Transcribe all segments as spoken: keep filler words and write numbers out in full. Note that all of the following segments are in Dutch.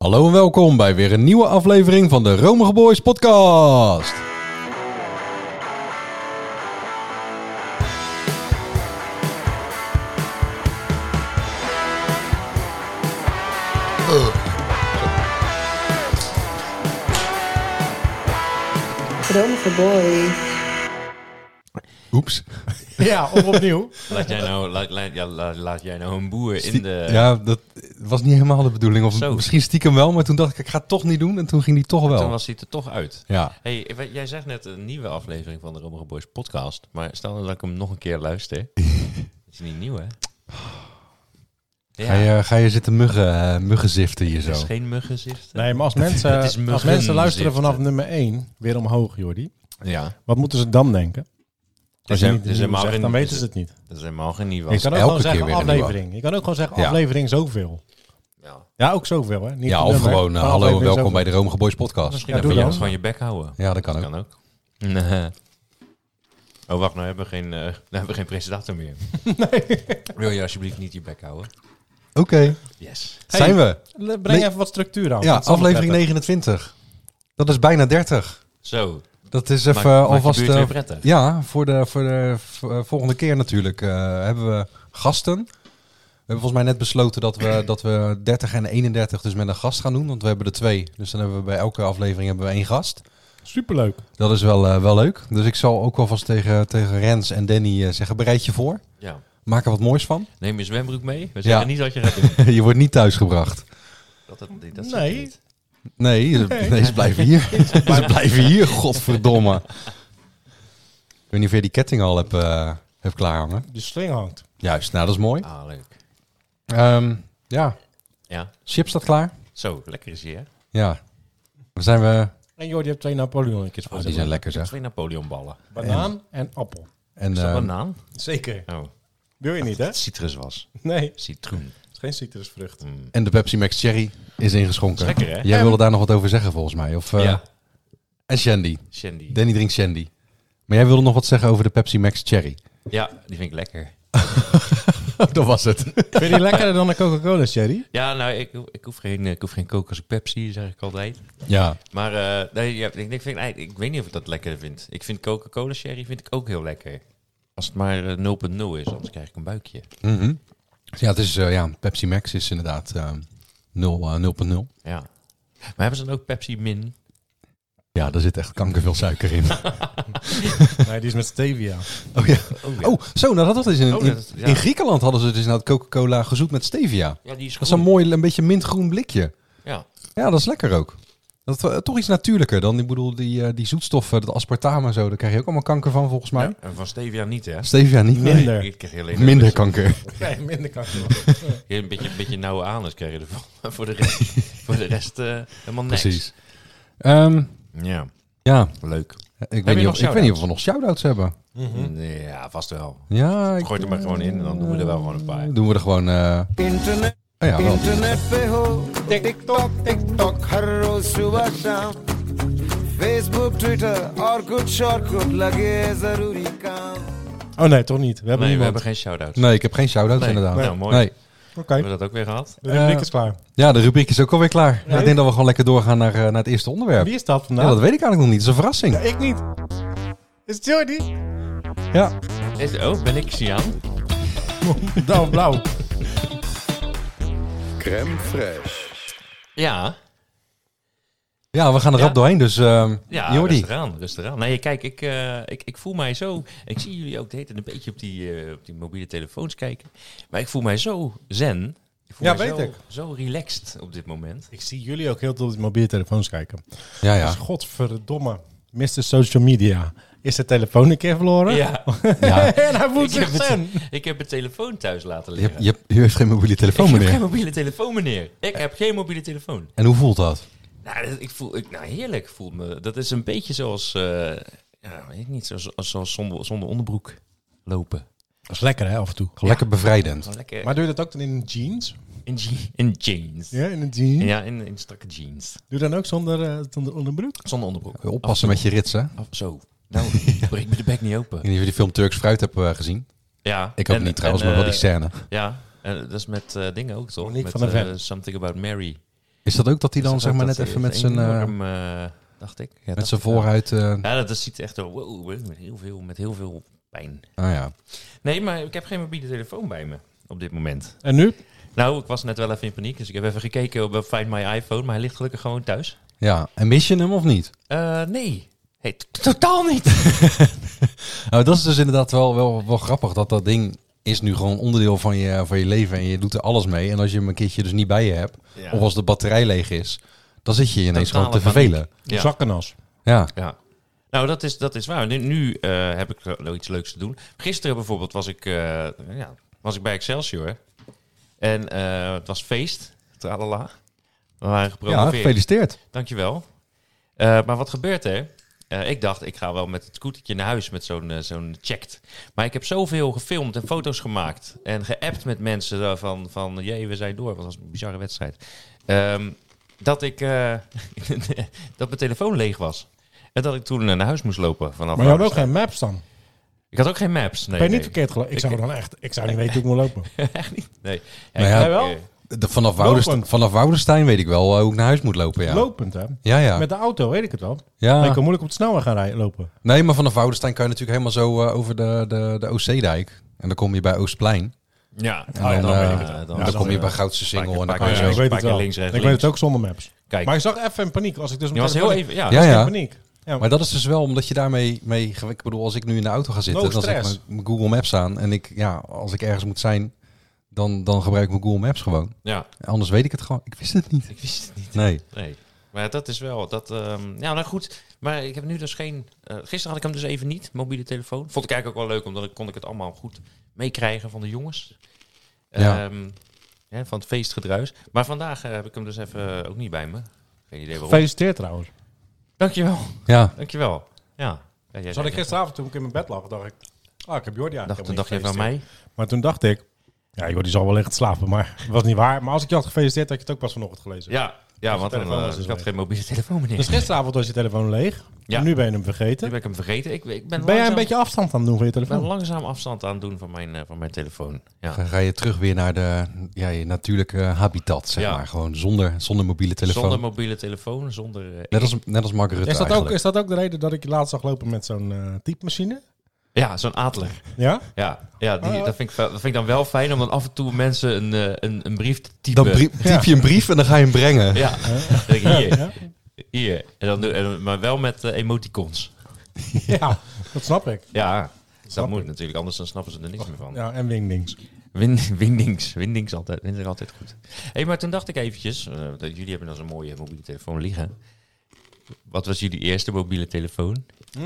Hallo en welkom bij weer een nieuwe aflevering van de Romige Boys podcast. Romige Boys. Oeps. Ja, of opnieuw. Laat jij nou, laat, laat, ja, laat, laat jij nou een boer in de... Ja, dat was niet helemaal de bedoeling. Of Zo. misschien stiekem wel, maar toen dacht ik, ik ga het toch niet doen. En toen ging die toch wel. Toen was hij er toch uit. Ja. Hey, jij zegt net een nieuwe aflevering van de Romige Boys podcast. Maar stel nou dat ik hem nog een keer luister. Dat is niet nieuw, hè? Ja. Ga, je, ga je zitten muggen, uh, muggen ziften hier zo? Het is geen muggenziften. Nee, maar als mensen, Het is muggen als mensen luisteren ziften. vanaf nummer één, weer omhoog, Jordi. Ja. Wat moeten ze dan denken? Als je is- niet het is nieuw helemaal zegt, geen- dan weten is- ze het niet. Dat is helemaal geen nieuwe. Je kan ook elke gewoon zeggen keer weer een nieuwe. aflevering. Je kan ook gewoon zeggen Ja. aflevering zoveel. Ja. Ja, ook zoveel, hè? Niet Ja, een of nummer, gewoon uh, maar hallo en aflevering welkom bij zoveel. de Romige Boys podcast. Misschien Ja, even doe juist dan. gewoon je bek houden. Ja, dat kan ook. Kan ook. Nee. Oh, wacht, nou hebben we geen, uh, nou hebben we geen presentator meer. Nee. Wil je alsjeblieft niet je bek houden? Oké, okay. Yes. Hey, zijn we. Breng Nee. even wat structuur aan. Ja, Dat is allemaal aflevering prettig. negenentwintig. Dat is bijna dertig. Zo. Dat is Maak- even maak je alvast... buurt uh, weer prettig. Ja, voor de, voor de v- uh, volgende keer natuurlijk uh, hebben we gasten. We hebben volgens mij net besloten dat we, dat we dertig en eenendertig dus met een gast gaan doen. Want we hebben er twee. Dus dan hebben we bij elke aflevering hebben we één gast. Superleuk. Dat is wel, uh, wel leuk. Dus ik zal ook wel vast tegen, tegen Rens en Danny uh, zeggen, bereid je voor. Ja. Maak er wat moois van. Neem je zwembroek mee. We Ja. zeggen niet wat je gaat doen. Je wordt niet thuisgebracht. Dat, dat, dat, dat Nee. zeg je niet. Nee, ze, nee, ze blijven hier. Ze blijven hier, godverdomme. Ik weet niet of je die ketting al hebt, uh, hebt klaarhangen. De sling hangt. Juist, nou dat is mooi. Ah, leuk. Um, ja, Ja. chip staat klaar. Zo, lekker is hij, hè? Ja. Dan zijn we... En Jordi heeft twee Napoleonkjes voor Oh, die zich. zijn lekker zeg. Twee Napoleonballen. Banaan en appel. En, Is dat uh, banaan? Zeker. Oh, Wil je niet, hè? dat citrus was. Nee, het Citroen. is geen citrusvrucht. Mm. en de Pepsi Max Cherry is ingeschonken. Is lekker, hè? Jij wilde daar nog wat over zeggen volgens mij. Of, uh, Ja. En Shandy. Shandy. Danny drinkt Shandy. Maar jij wilde nog wat zeggen over de Pepsi Max Cherry. Ja, die vind ik lekker. Dat was het. Vind je die lekkerder dan de Coca-Cola, Sherry? Ja, nou, ik, ik, hoef geen, ik hoef geen Coke als ik Pepsi, zeg ik altijd. Ja. Maar uh, nee, ja, ik, ik, vind, ik, ik weet niet of ik dat lekkerder vind. Ik vind Coca-Cola Sherry vind ik ook heel lekker. Als het maar uh, nul punt nul is, anders krijg ik een buikje. Mm-hmm. Ja, het is, uh, ja, Pepsi Max is inderdaad uh, nul punt nul. Ja. Maar hebben ze dan ook Pepsi Min? Ja, daar zit echt kankerveel suiker in. Nee, die is met stevia. Oh ja. Oh, ja. Oh, zo, nou dat is in, Oh, in, dat- ja. in Griekenland hadden ze dus nou Coca-Cola gezoet met stevia. Ja, die is Dat is een mooi, een beetje mintgroen blikje. Ja. Ja, dat is lekker ook. Dat is uh, toch iets natuurlijker dan, ik bedoel, die, uh, die zoetstoffen, dat aspartame en zo, daar krijg je ook allemaal kanker van volgens mij. Ja, en van stevia niet, hè? Stevia niet. nee. Minder. Ik krijg alleen Minder kanker. Nee, minder kanker. Een beetje, een beetje nauwe anus krijg je ervan. Voor de rest, voor de rest uh, helemaal niks. Precies. Um, Ja, ja, leuk. ik weet, je niet nog of, ik weet niet of we nog shout-outs hebben. Mhm. Ja, vast wel. Ja, ik, Gooi er maar gewoon in en dan doen we er wel gewoon een paar. doen we er gewoon... Uh... इंटरनेट Oh ja, wel. इंटरनेट पे हो टिकटॉक टिकटॉक हर रोज सुबह शाम फेसबुक ट्विटर और कुछ और कुछ लगे जरूरी काम Oh nee, toch niet. We hebben Nee, we niemand. hebben geen shout-outs. Nee, ik heb geen shout-outs Nee. inderdaad. Nou, mooi. Nee. Oké, Hebben we dat ook weer gehad? de rubriek Eh, is klaar. Ja, de rubriek is ook alweer klaar. Nee. Ik denk dat we gewoon lekker doorgaan naar, uh, naar het eerste onderwerp. Wie is dat Ja, vandaag? dat weet ik eigenlijk nog niet. Dat is een verrassing. Ja, ik niet. Is het Jordi? Ja. Is, oh, ben ik Sian? Blauw, blauw. Crème fraîche. Ja. Ja, we gaan er Ja. rap doorheen, dus uh, Ja, Jordi. rustig aan, rustig aan. Nee, kijk, ik, uh, ik, ik voel mij zo... Ik zie jullie ook de hele tijd een beetje op die, uh, op die mobiele telefoons kijken. Maar ik voel mij zo zen. Ik voel Ja, mij weet zo, ik. Zo relaxed op dit moment. Ik zie jullie ook heel veel op de mobiele telefoons kijken. Ja, Dus ja. godverdomme. mister Social Media. Is de telefoon een keer verloren? Ja, ja. En hij voelt ik, zich heb het, zen. ik heb mijn telefoon thuis laten Je, liggen. hebt, je, hebt, u heeft geen mobiele telefoon, ik heb meneer. geen mobiele telefoon, meneer. Ik heb geen mobiele telefoon. En hoe voelt dat? Nou, dat- ik voel, ik, nou heerlijk voelt me. Dat is een beetje zoals, uh, ja, weet ik niet, zoals, zoals zonder, zonder onderbroek lopen. Dat is lekker, hè, af en toe. Gewoon lekker bevrijdend. Gewoon lekker Maar doe je dat ook dan in jeans? in, je- in jeans. Ja, in een jeans. Ja, in, in strakke jeans. Doe je dan ook zonder, uh, zonder onderbroek? Zonder onderbroek. Oppassen met je rits, hè? Ik Af, zo. Nou, breek me de bek niet open. weet niet of je die film Turks Fruit hebt uh, gezien. Ja. Ik ook en- niet trouwens, en, maar wel die uh, scène. Ja, en dat is met uh, dingen ook toch? Monique Met van der Ven. uh, Something About Mary. Is dat ook dat hij dan Dus zeg maar dat net is even met zijn, eh, enorm, eh, dacht ik. Ja, met dacht zijn ik wel. vooruit... eh Ja, dat, dat ziet echt zo, wow, met heel veel, met heel veel pijn. ah ja. Nee, maar ik heb geen mobiele telefoon bij me op dit moment. En nu? Nou, ik was net wel even in paniek, dus ik heb even gekeken op Find My iPhone, maar hij ligt gelukkig gewoon thuis. ja, en mis je hem of niet? Uh, nee, hey, t- totaal niet. Nou, dat is dus inderdaad wel, wel, wel grappig. Dat dat ding is nu gewoon onderdeel van je, van je leven. En je doet er alles mee. En als je hem een keertje dus niet bij je hebt. Ja. Of als de batterij leeg is. Dan zit je je ineens Totale gewoon te paniek. vervelen. Ja. Zakkenas. Ja. Ja. Nou, dat is, dat is waar. Nu, nu uh, heb ik nog iets leuks te doen. Gisteren bijvoorbeeld was ik, uh, ja, was ik bij Excelsior. En uh, het was feest. Tralala. We waren Ja, gepromoveerd. gefeliciteerd. Dankjewel. Uh, maar wat gebeurt er? Uh, ik dacht, ik ga wel met het scootertje naar huis met zo'n uh, zo'n checked. Maar ik heb zoveel gefilmd en foto's gemaakt. En geappt met mensen uh, van, van jee, we zijn door. Dat was een bizarre wedstrijd. Um, dat ik uh, dat mijn telefoon leeg was. En dat ik toen naar huis moest lopen. Vanaf Maar je had ook Oudersluis. geen maps dan. Ik had ook geen maps. Nee, ben je niet nee. verkeerd gelopen? Ik zou dan echt, ik zou niet weten hoe ik moet lopen. Echt niet? Nee. Nou ja, ik- Jij wel? eh, De, vanaf, Woudenst- Lopend. vanaf Woudenstein weet ik wel uh, hoe ik naar huis moet lopen. Ja, Lopend, hè? ja. ja. Met de auto weet ik het wel. Maar ja. ik kan moeilijk op het snelweg gaan rijden, lopen. Nee, maar vanaf Woudenstein kan je natuurlijk helemaal zo uh, over de, de, de Oostzeedijk. En dan kom je bij Oostplein. Ja, En Oh ja, dan, dan uh, weet ik het wel. dan, Ja, dan dan kom je wel. bij Goudse Singel. En dan Paar kan je keer- zo... ik weet paar het keer wel. links, rechts, ik weet links. het ook zonder maps. Kijk. Maar ik zag even in paniek. Als ik dus Je mijn was heel telefoon- even... Ja, Ja, was ik ja. in paniek. Ja. Maar dat is dus wel omdat je daarmee... Mee, ik bedoel, als ik nu in de auto ga zitten, No dan zet ik stress. mijn- mijn Google Maps aan. En ik, ja, als ik ergens moet zijn, dan, dan gebruik ik mijn Google Maps gewoon. ja, Anders weet ik het gewoon. Ik wist het niet. ik wist het niet. Nee. Nee. Maar dat is wel... Dat, um, ja, nou goed. Maar ik heb nu dus geen... Uh, gisteren had ik hem dus even niet, mobiele telefoon. Vond ik eigenlijk ook wel leuk, omdat ik kon ik het allemaal goed meekrijgen van de jongens. Ja. Um, ja, van het feestgedruis. Maar vandaag uh, heb ik hem dus even ook niet bij me. Geen idee waarom. Gefeliciteerd trouwens. Dankjewel. Ja. Dankjewel. Ja. ja jij Zat ik zei- gisteravond toen ik in mijn bed lag, dacht ik... Ah, ik heb Jordi aan. dacht, toen dacht je van mij? Maar toen dacht ik... Ja, Jordi zal wel liggen te slapen, maar het was niet waar. Maar als ik je had gefeliciteerd, had je het ook pas vanochtend gelezen. Ja, ja je want dan, telefoon uh, was dus ik had weg. geen mobiele telefoon meer. Dus gisteravond was je telefoon leeg. Ja. En nu ben je hem Nu vergeten. ben ik hem vergeten. Ik, ik ben, Ben jij langzaam- een beetje afstand aan het doen van je Ik ben telefoon? langzaam afstand aan het doen van mijn, uh, van mijn telefoon. Ja. Dan ga je terug weer naar de, ja, je natuurlijke habitat, zeg Ja. maar. Gewoon zonder, zonder mobiele telefoon. Zonder mobiele telefoon, zonder... uh, net, als, net als Mark Rutte Is dat, ook, eigenlijk. is dat ook de reden dat ik je laatst zag lopen met zo'n uh, typemachine? Ja, zo'n Adler. Ja? Ja, ja die, Ah, ja. dat, vind ik, wel- dat vind ik dan wel fijn om dan af en toe mensen een, uh, een, een brief te typen. Dan brie- typ je een brief en dan ga je hem brengen. Ja, dan denk ik, hier, Ja? hier. En dan, doe- en, maar wel met uh, emoticons. Ja, dat snap ik. Ja, dat Snap moet ik. natuurlijk, anders dan snappen ze er niks meer van. Ja, en wingdings. Win, windings, windings altijd, windings altijd goed. Hey, maar toen dacht ik eventjes, uh, dat jullie hebben dan zo'n mooie mobiele telefoon liggen. Wat was jullie eerste mobiele telefoon?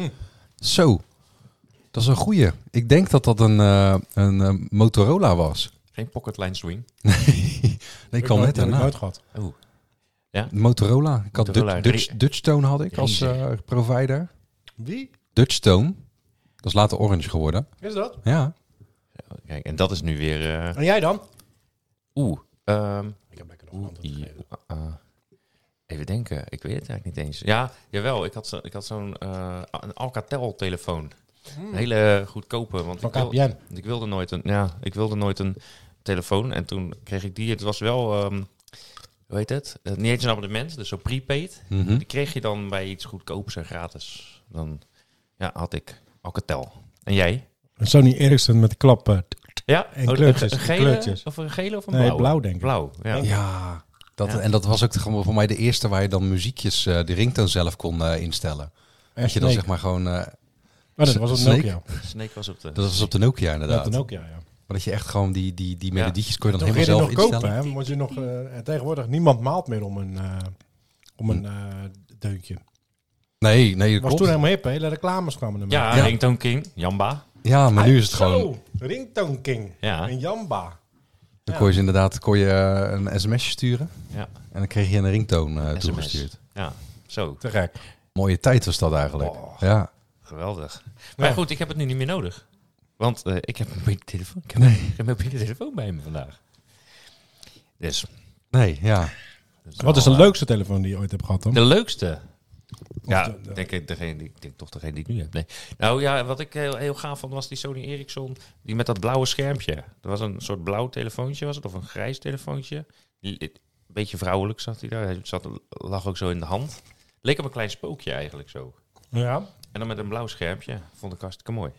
Zo, dat is een goeie. Ik denk dat dat een, uh, een uh, Motorola was. Geen pocketline swing. Nee, ik kan net heb ik daarna. nooit gehad. Oh, Motorola. Ik had Motorola. Dutch, Dutch, Dutchtone had ik als uh, provider. Wie? Dutchtone. Dat is later Orange geworden. Is dat? Ja. kijk, en dat is nu weer... Uh, En jij dan? Oeh, um, Ik heb lekker nog oeh, antwoord die- gegeven. uh, even denken, ik weet het eigenlijk niet eens. Ja, jawel, ik had, zo, ik had zo'n uh, een Alcatel-telefoon. Een hele goedkope, want Van ik, wil- K P N. ik wilde nooit een, ja, ik wilde nooit een telefoon. En toen kreeg ik die. Het was wel, um, hoe heet het? Uh, niet eens een abonnement, dus zo prepaid. Mhm. Die kreeg je dan bij iets goedkoops en gratis. Dan ja, had ik Alcatel. En jij? Een Sony Ericsson met klappen. Ja, En Oh, kleurtjes, Een gele, kleurtjes. Of een gele of een Nee, blauwe? blauw, denk ik. Blauw, ja. Denk Ja. Dat, Ja. En dat was ook gewoon voor mij de eerste waar je dan muziekjes, uh, de ringtone zelf kon uh, instellen. En Dat je dan Snake. zeg maar gewoon... Uh, Oh, dat was op Snake? Nokia. Snake was op de... dat was op de Nokia Ja, inderdaad. de Nokia, ja. Maar dat je echt gewoon die, die, die Ja. melodietjes kon je dan Toen ging helemaal je zelf nog kopen, instellen. hè? Want je nog, uh, tegenwoordig niemand maalt meer om een, uh, om een uh, deuntje. Nee, nee, dat Was klopt. toen helemaal hip, hè? Hele reclames kwamen ermee. Ja, Ja. Ringtone King, Jamba. Ja, maar nu is het Zo, gewoon... Ringtone King. Ja. En Jamba. Dan kon je ze inderdaad kon je uh, een sms'je sturen. Ja, En dan kreeg je een ringtone uh, S M S. toegestuurd. ja, zo. Te gek. Mooie tijd was dat eigenlijk. Oh. Ja. Geweldig. Maar Ja. goed, ik heb het nu niet meer nodig. Want uh, ik heb een mobiele telefoon. Ik heb Nee. een mobiele telefoon bij me vandaag. Dus. Nee, ja. dus Wat is de wel, uh, leukste telefoon die je ooit hebt gehad dan? De leukste? Ja, de- de- denk ik, degene die, ik denk toch degene die ik nu heb. Nee. Nou ja, wat ik heel, heel gaaf vond was die Sony Ericsson. Die met dat blauwe schermpje. Er was een soort blauw telefoontje was het, of een grijs telefoontje. Die- beetje vrouwelijk zat hij daar. Hij zat, lag ook zo in de hand. Leek op een klein spookje eigenlijk zo. Ja. En dan met een blauw schermpje. Vond ik hartstikke mooi.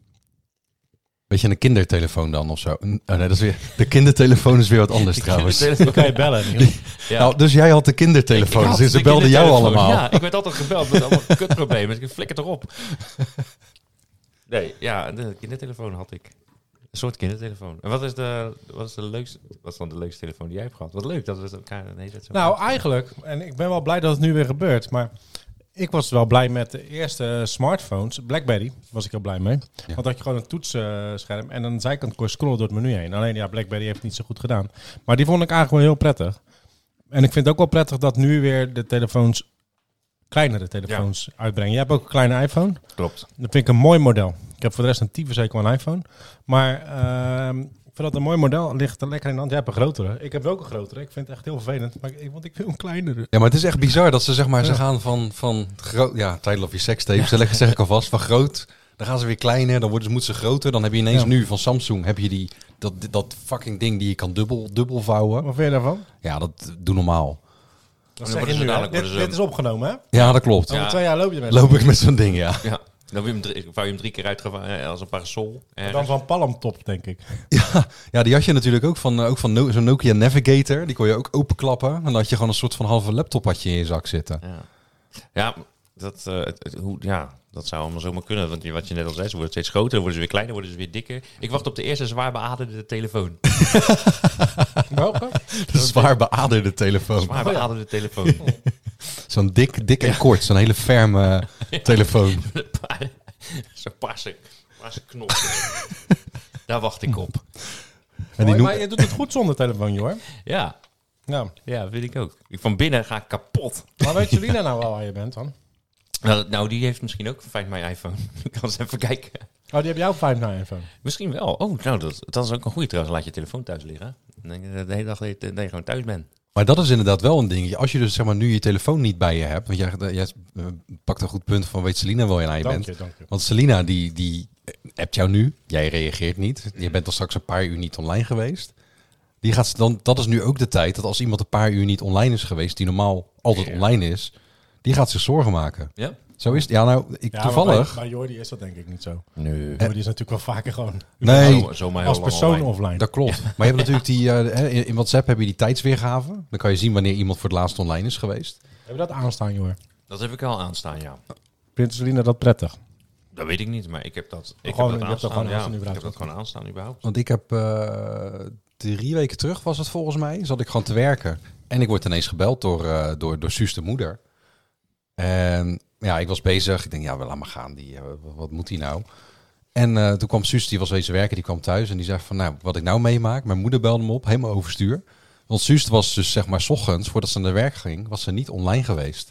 Beetje een kindertelefoon dan of zo. Oh, nee, dat is weer, de kindertelefoon is weer wat anders trouwens. Dan kan je bellen. Ja. Nou, dus jij had de kindertelefoon, Ik had dus ze de belden jou kindertelefoon. allemaal. Ja, ik werd altijd gebeld met allemaal kutproblemen. Ik flikker erop. Nee, ja, de kindertelefoon had ik. Een soort kindertelefoon. En wat is de, wat is de leukste, wat is dan de leukste telefoon die jij hebt gehad? Wat leuk dat we elkaar ineens zo... Nou, eigenlijk, en ik ben wel blij dat het nu weer gebeurt, maar ik was wel blij met de eerste smartphones. BlackBerry was ik heel blij mee. Ja. Want had je gewoon een toetsscherm en aan de zijkant kon je scrollen door het menu heen. Alleen ja, BlackBerry heeft het niet zo goed gedaan. Maar die vond ik eigenlijk wel heel prettig. En ik vind het ook wel prettig dat nu weer de telefoons, kleinere telefoons uitbrengen. Je hebt ook een kleine iPhone. Klopt. Dat vind ik een mooi model. Ik heb voor de rest een tyfushekel aan iPhone. Maar ehm, ik vind dat een mooi model. Ligt er lekker in de hand. Jij hebt een grotere. Ik heb ook een grotere. Ik vind het echt heel vervelend. Maar ik, want ik wil een kleinere. Ja, maar het is echt bizar dat ze zeg maar, ze Ja. gaan van, van groot, ja, title of je sekstape, zeg, zeg ik alvast, van groot, dan gaan ze weer kleiner, dan worden ze, moeten ze groter, dan heb je ineens Ja. nu van Samsung, heb je die, dat, dat fucking ding die je kan dubbel, dubbel vouwen. Wat vind je daarvan? Ja, dat doe normaal. Dat dan zeg je worden ze nu, hè? dadelijk Dit, worden ze- dit is opgenomen, hè? Ja, dat klopt. Ja. Over twee jaar loop je met Loop ik met zo'n ding, ja. Ja. Dan wil je hem drie, wou je hem drie keer uitgevaren als een parasol. Dan ergens. van Palmtop, denk ik. Ja, ja, die had je natuurlijk ook van, eh, ook van no, zo'n Nokia Navigator, die kon je ook openklappen en dan had je gewoon een soort van halve laptop had je in je zak zitten. Ja, ja, dat, eh, het, het- hoe, ja, dat zou allemaal zomaar kunnen. Want je- wat je net al zei, ze worden steeds groter, dan worden ze weer kleiner, worden ze weer dikker. Ik wacht op de eerste zwaar beaderde telefoon. Welke? De zwaar beaderde telefoon. Zwaar beaderde telefoon. Zo'n dik, dik en kort, zo'n hele ferme telefoon. Zo'n paarse, paarse knop. Daar wacht ik op. En die Mooi, noem- maar je doet het goed zonder telefoon, hoor. Ja, Ja. ja, vind ik ook. Ik- Van binnen ga ik kapot. Maar weet Julina nou wel waar je bent dan? Nou, nou, die heeft misschien ook Find My iPhone. Ik kan eens even kijken. Oh, die heb jouw vijf naar iPhone. Misschien wel. Oh, nou, dat, dat is ook een goede trouwens. Laat je telefoon thuis liggen. Dan denk je de hele dag dat je, dat je gewoon thuis bent. Maar dat is inderdaad wel een dingetje. Als je dus zeg maar nu je telefoon niet bij je hebt, want jij, jij eh, pakt een goed punt van weet Selina wel je naar je Dank bent. je, dank je. Want Selina die, die appt jou nu, jij reageert niet. Je bent al straks een paar uur niet online geweest. Die gaat dan, dat is nu ook de tijd dat als iemand een paar uur niet online is geweest, die normaal altijd Ja. online is, die gaat zich zorgen maken. Ja? Zo is het. Ja, nou, ik Ja, toevallig. maar Bij, bij Jordi is dat denk ik niet zo. Nee. Jordi is natuurlijk wel vaker gewoon Nee, Zo, zomaar heel als lang persoon online. offline. dat klopt. Maar je hebt natuurlijk die, eh, hè, in in WhatsApp heb je die tijdsweergave. Dan kan je zien wanneer iemand voor het laatst online is geweest. Heb je dat aanstaan, joh? Dat heb ik al aanstaan, ja. Vindt Selina dat prettig? Dat weet ik niet, maar ik heb dat, ik Gewoon- heb je dat hebt dat aanstaan. gewoon Ja, aanstaan ik überhaupt. heb dat gewoon aanstaan überhaupt. Want ik heb eh, drie weken terug, was het volgens mij, zat ik gewoon te werken. En ik word ineens gebeld door, eh, door, door Suus de moeder. En ja, ik was bezig. Ik denk, ja, wel laat maar gaan. Die, eh, wat moet die nou? En eh, toen kwam Suus, die was wezen werken, die kwam thuis. En die zei van, nou, wat ik nou meemaak. Mijn moeder belde me op, helemaal overstuur. Want Suus was dus, zeg maar, 's ochtends, voordat ze naar werk ging, was ze niet online geweest.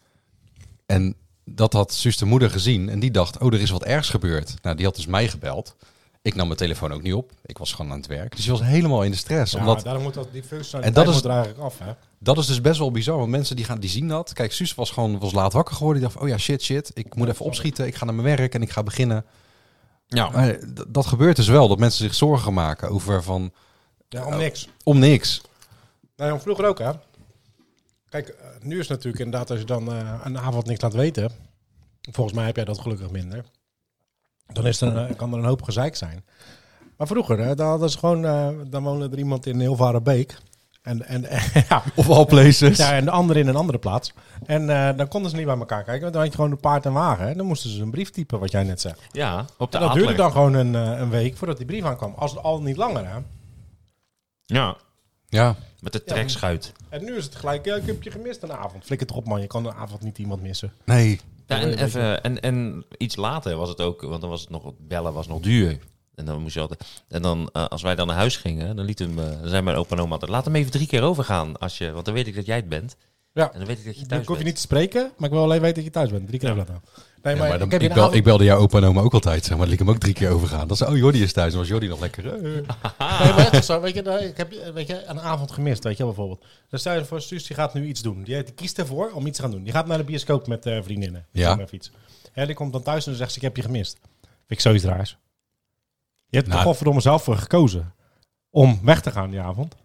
En dat had Suus de moeder gezien. En die dacht, oh, er is wat ergs gebeurd. Nou, die had dus mij gebeld. Ik nam mijn telefoon ook niet op. Ik was gewoon aan het werk. Dus die was helemaal in de stress. Ja, omdat, daarom moet dat, die En functionaliteit dat is- moet er eigenlijk af, hè? dat is dus best wel bizar. Want mensen die, gaan, die zien dat. Kijk, Suus was gewoon was laat wakker geworden. Die dacht, oh ja, shit, shit. Ik moet even opschieten. Ik ga naar mijn werk en ik ga beginnen. Ja, Maar d- dat gebeurt dus wel. Dat mensen zich zorgen maken over van, Ja, om niks. om niks. Nou, ja, vroeger ook, hè? Kijk, eh, nu is het natuurlijk inderdaad als je dan eh, een avond niks laat weten. Volgens mij heb jij dat gelukkig minder. Dan is er, een- kan er een hoop gezeik zijn. Maar vroeger, hè, dan hadden ze gewoon, eh, dan woonde er iemand in Hilvarenbeek. En, en, ja, Of all places. ja, en de ander in een andere plaats. En eh, dan konden ze niet bij elkaar kijken. Want dan had je gewoon een paard en wagen. Hè. Dan moesten ze een brief typen, wat jij net zei. ja, op de En dat duurde Adler. dan gewoon een, eh, een week voordat die brief aankwam. Als het al niet langer, hè. Ja, Ja, met de trekschuit. En nu is het gelijk, ja, ik heb je gemist een avond. Flikker toch op, man. Je kan een avond niet iemand missen. nee. Ja, Ja, en, weet je. even, en, en iets later was het ook, want dan was het nog, bellen was nog duur. En dan moest je altijd, en dan, eh, als wij dan naar huis gingen, dan liet hem, eh, dan zei mijn opa en oma altijd, laat hem even drie keer overgaan, als je, want dan weet ik dat jij het bent. Ja. En dan weet ik dat je Dan thuis hoef je bent. niet te spreken, maar ik wil alleen weten dat je thuis bent. Drie keer Ja. laten. Nee, Ja, maar, maar dan, ik heb ik, je bel, een avond... ik belde jouw opa en oma ook altijd, zeg maar. Liet ik hem ook drie keer overgaan. Dat is, oh, Jordi is thuis. Dan was Jordi nog lekker. eh. Nee, maar het is zo, weet je, nou, ik heb weet je, een avond gemist, weet je wel, bijvoorbeeld. Dan stel je voor, Suus, die gaat nu iets doen. Die, die kiest ervoor om iets te gaan doen. Die gaat naar de bioscoop met eh, vriendinnen. Ja. Zeg maar even iets. Ja, die komt dan thuis en dan zegt ze, ik heb je gemist. Vind ik zoiets raars. Je hebt er Nou. toch godverdomme zelf voor gekozen om weg te gaan die avond.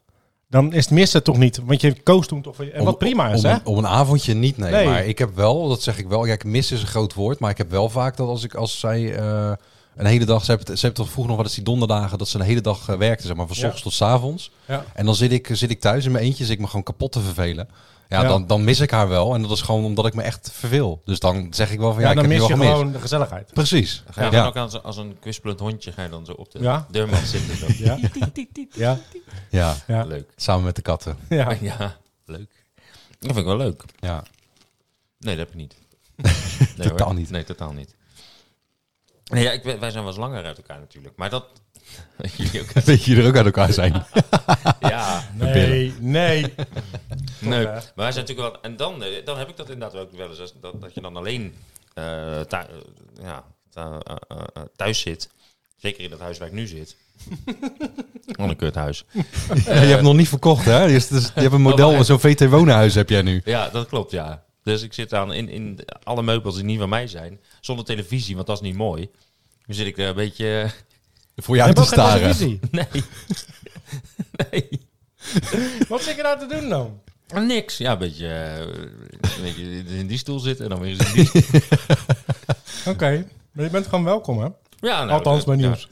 dan is het missen toch niet. Want je koos toen toch... En wat prima is, om, hè? Om, om een avondje niet, nee. Nee. Maar ik heb wel, dat zeg ik wel, kijk, mis is een groot woord. Maar ik heb wel vaak dat als ik als zij uh, een hele dag... Ze hebben, ze hebben toch vroeger nog wel eens die donderdagen dat ze een hele dag uh, werkten, zeg maar, van 's Ja. ochtends tot 's avonds. Ja. En dan zit ik, zit ik thuis in mijn eentje, zit ik me gewoon kapot te vervelen. Ja, Ja. Dan, dan mis ik haar wel. En dat is gewoon omdat ik me echt verveel. Dus dan zeg ik wel van, ja, Ja, ik dan heb mis je je wel gemist. gewoon de gezelligheid. Precies. Ga je Ja. dan ook als, als een kwispelend hondje ga je dan zo op de Ja. deurmat zitten? Zo. Ja. Ja. Ja, Ja. Leuk. samen met de katten. Ja. Ja, leuk. Dat vind ik wel leuk. Ja. Nee, dat heb ik niet. Nee, Totaal hoor. niet. Nee, totaal niet. Nee, ja, ik, wij zijn wel eens langer uit elkaar natuurlijk. Maar dat... Jullie ook. Dat jullie er ook uit elkaar zijn. Ja, Nee, nee. nee. hè? Maar wij zijn natuurlijk wel... En dan, eh, dan heb ik dat inderdaad ook wel eens. als- Dat, dat je dan alleen eh, thu- eh, ja, thu- eh, eh, eh, thuis zit. Zeker in dat huis waar ik nu zit. Wat een kuthuis. Ja, je hebt nog niet verkocht, hè? Je, je hebt een model, Oh, maar- zo'n V T Wonenhuis heb jij nu. Ja, dat klopt, ja. Dus ik zit dan in, in alle meubels die niet van mij zijn. Zonder televisie, want dat is niet mooi. Nu zit ik er een beetje... Voor Je jou hebt te ook geen staren. televisie. Nee. nee. Wat zit je nou te doen dan? Niks. Ja, een beetje, eh, een beetje in die stoel zitten en dan weer eens in die stoel. Oké. Maar je bent gewoon welkom, hè? Ja, nou, Althans, bij ja. nieuws.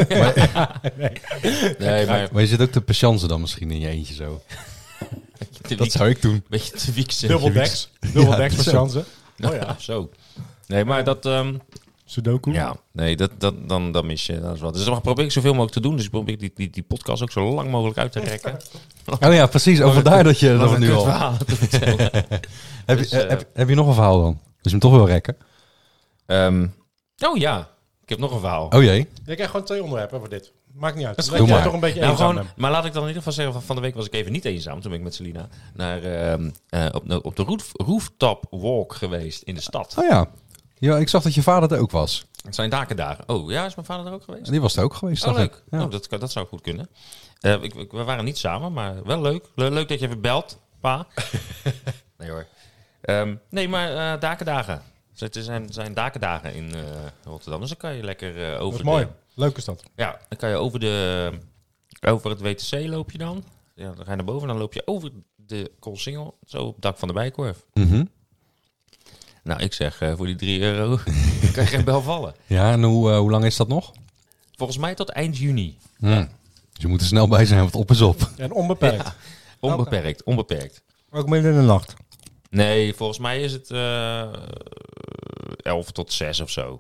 Nee, maar Maar je zit ook te patiënten dan misschien in je eentje zo. te Dat wiek, zou ik doen. beetje te wieksen. Dubbel decks. Dubbel Ja, decks met zo. chansen. Oh ja, zo. Nee, maar dat... ehm, Sudoku. ja, nee, dat, dat, dan, dan mis je. Dat is wat. Dus dan probeer ik zoveel mogelijk te doen. Dus ik probeer die, die, die podcast ook zo lang mogelijk uit te rekken. Oh ja, precies. Over daar dat je dat we nu al... Verhalen te vertellen. Heb, Dus, je, eh, heb, heb je nog een verhaal dan? Dus je hem toch wil rekken? Ehm, oh ja, ik heb nog een verhaal. Oh jee. Je krijgt gewoon twee onderwerpen voor dit. Maakt niet uit. Dat is Dat goed. jij Doe toch een beetje Nou, eenzaam gewoon, bent. maar laat ik dan in ieder geval zeggen, van, van de week was ik even niet eenzaam. Toen ben ik met Selina naar, ehm, eh, op, de- op de roof, rooftop walk geweest in de stad. Oh ja. Ja, ik zag dat je vader er ook was. Het zijn dakendagen. Oh ja, is mijn vader er ook geweest? En die was er ook geweest, Oh, zag leuk. ik. Ja. Oh, dat, kan- dat zou goed kunnen. Eh, ik, ik- we waren niet samen, maar wel leuk. Le- leuk dat je even belt, pa. Nee hoor. Ehm, nee, maar eh, dakendagen. Dus het zijn, zijn dakendagen in eh, Rotterdam. Dus dan kan je lekker eh, Dat over is mooi. de... Leuk is dat. Ja, dan kan je over de... Over het W T C loop je dan. Ja, dan ga je naar boven en dan loop je over de Koolsingel. Zo op het dak van de Bijenkorf. Mhm. Nou, ik zeg, eh, voor die drie euro kan je geen bel vallen. Ja, en hoe, eh, hoe lang is dat nog? Volgens mij tot eind juni. Hm. Dus je moet er snel bij zijn, want op is op. En onbeperkt. Ja, onbeperkt, onbeperkt. Ook midden in de nacht. Nee, volgens mij is het eh elf tot zes of zo.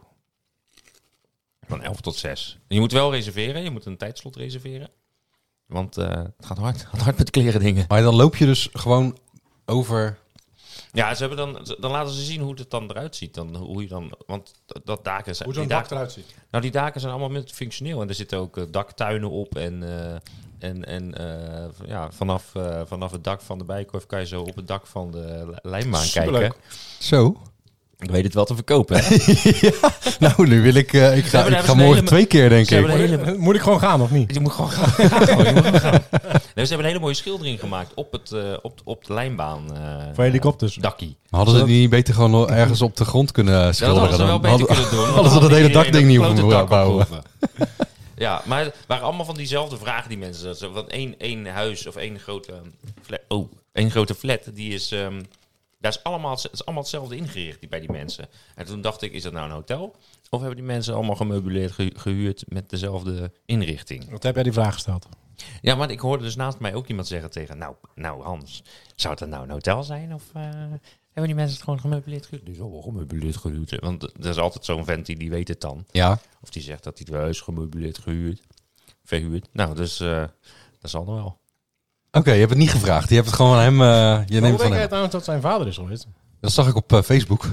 Van elf tot zes. Je moet wel reserveren. Je moet een tijdslot reserveren. Want eh, het gaat hard. Het gaat hard met de kleren dingen. Maar dan loop je dus gewoon over... Ja, ze hebben dan, dan laten ze zien hoe het dan eruit ziet. Dan, hoe je dan, want dat- dat daken zijn... Hoe zo'n die dak daken- eruit ziet. Nou, die daken zijn allemaal met functioneel. En er zitten ook eh, daktuinen op. En, eh, en, en eh, v- ja, vanaf, eh, vanaf het dak van de Bijenkorf kan je zo op het dak van de li- lijnbaan Superleuk. kijken. Zo. Ik weet het wel te verkopen, hè? Nou, nu wil ik... eh, ik ga, hebben- ik hebben ga ze morgen hele- twee keer, denk ze ik. hebben een hele- Moet ik gewoon gaan of niet? Je moet gewoon gaan. Gewoon, je moet gewoon gaan. Nee, ze hebben een hele mooie schildering gemaakt op, het, eh, op, op de lijnbaan. eh, Voor helikopters. Dakkie. Maar hadden ze het niet beter gewoon nog ergens op de grond kunnen Ja, dat schilderen? hadden ze wel dan? beter Hadden- kunnen doen. hadden ze dat hele dakding niet hoeven hoeven bouwen. Ja, maar het waren allemaal van diezelfde vragen die mensen... Zo, want één, één huis of één grote flat... Oh, één grote flat, die is... ehm, daar is allemaal, het is allemaal hetzelfde ingericht die, bij die mensen. En toen dacht ik, is dat nou een hotel? Of hebben die mensen allemaal gemeubileerd ge- gehuurd met dezelfde inrichting? Wat heb jij die vraag gesteld? Ja, maar ik hoorde dus naast mij ook iemand zeggen tegen... Nou, nou Hans, zou het dan nou een hotel zijn? Of eh, hebben die mensen het gewoon gemeubileerd gehuurd? Die zal wel gemeubileerd gehuurd. Want er is altijd zo'n vent die, die weet het dan. Ja. Of die zegt dat hij het wel is gemeubileerd gehuurd. Verhuurd. Nou, dus eh, dat zal nog wel. Oké, je hebt het niet gevraagd. Je hebt het gewoon aan hem... eh, je Hoe neemt denk het van jij hem. trouwens dat zijn vader is geweest? Dat zag ik op eh, Facebook.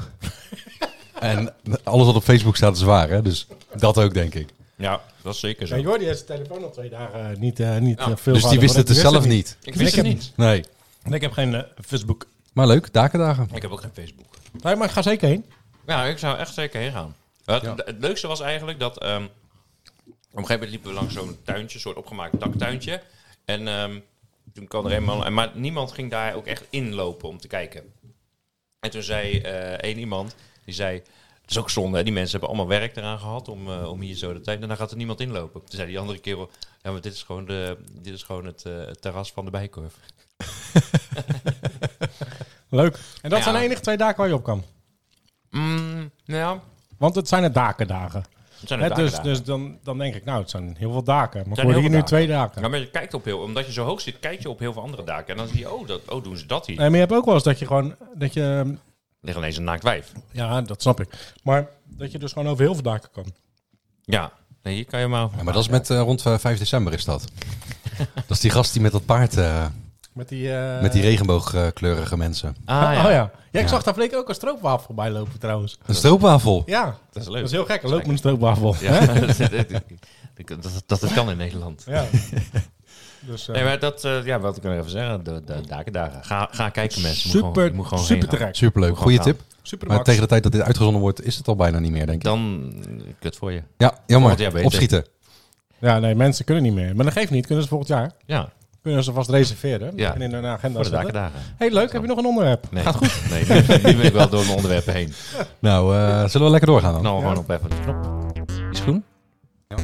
En alles wat op Facebook staat is waar, hè? Dus dat ook, denk ik. Ja, dat is zeker zo. Ja, Jordi heeft zijn telefoon al twee dagen eh, niet, eh, niet Ja. eh, veel Dus die wist het dus zelf niet. Ik wist Ik het heb- niet. Nee. En ik heb geen eh, Facebook. Maar leuk, dakendagen. Ik heb ook geen Facebook. Nee, maar ik ga zeker heen. Ja, ik zou echt zeker heen gaan. Het, Ja. het leukste was eigenlijk dat... ehm, op een gegeven moment liepen we langs zo'n tuintje, een soort opgemaakt daktuintje. En ehm, toen kwam er eenmaal... Maar niemand ging daar ook echt inlopen om te kijken. En toen zei eh één iemand, die zei... Dat is ook zonde. Hè? Die mensen hebben allemaal werk eraan gehad om, uh, om hier zo de tijd. En dan gaat er niemand inlopen. Toen zei die andere kerel, ja, maar dit is gewoon, de, dit is gewoon het, uh, het terras van de Bijenkorf. Leuk. En dat Ja. zijn de enige twee daken waar je op kan. Mm, ja, Want het zijn het dakendagen. het zijn Hè, de dus dagen. dus dan, dan denk ik, nou, het zijn heel veel daken. Maar zijn voor heel hier veel nu twee daken. daken. Ja, maar je kijkt op heel, omdat je zo hoog zit, kijk je op heel veel andere daken. En dan zie je, oh, dat, oh doen ze dat hier? Nee, maar je hebt ook wel eens dat je gewoon, dat je, Er ligt ineens een naakt wijf. ja, dat snap ik. Maar dat je dus gewoon over heel veel daken kan. Ja, nee, hier kan je maar... Ja, maar dat is met uh, rond uh, vijf december is dat. Dat is die gast die met dat paard, uh, Met die, uh, met die regenboogkleurige mensen. Ah, Oh ja. Ja, ik Ja. zag daar flink ook een stroopwafel voorbij lopen trouwens. Een stroopwafel. Ja, Dat is leuk. dat is heel gek. Er loopt een stroopwafel. Ja, dat, dat, dat, dat kan in Nederland. Ja. Dus, uh, Nee, maar dat, uh, ja, wat ik nog even zeggen, de, de dakendagen. Ga, ga kijken mensen. Je moet super, gewoon, je moet gewoon super heen te gaan. gek. Superleuk. Hoe Goeie gaan tip. Super Maar max. tegen de tijd dat dit uitgezonden wordt, is het al bijna niet meer, denk ik. Dan, kut voor je. Ja, jammer. Volgend jaar beter. Opschieten. Ja, nee, mensen kunnen niet meer. Maar dat geeft niet. Kunnen ze volgend jaar. Ja, Kunnen ze vast reserveren. Ja. En in hun agenda voor de zetten. dakendagen. Hey, leuk. Heb je nog een onderwerp? Nee, Gaat goed. Nee, nu, nu ben ik wel door mijn onderwerpen heen. Nou, uh, zullen we lekker doorgaan dan? Nou, Ja. gewoon op even de knop. Die schoen? Ja.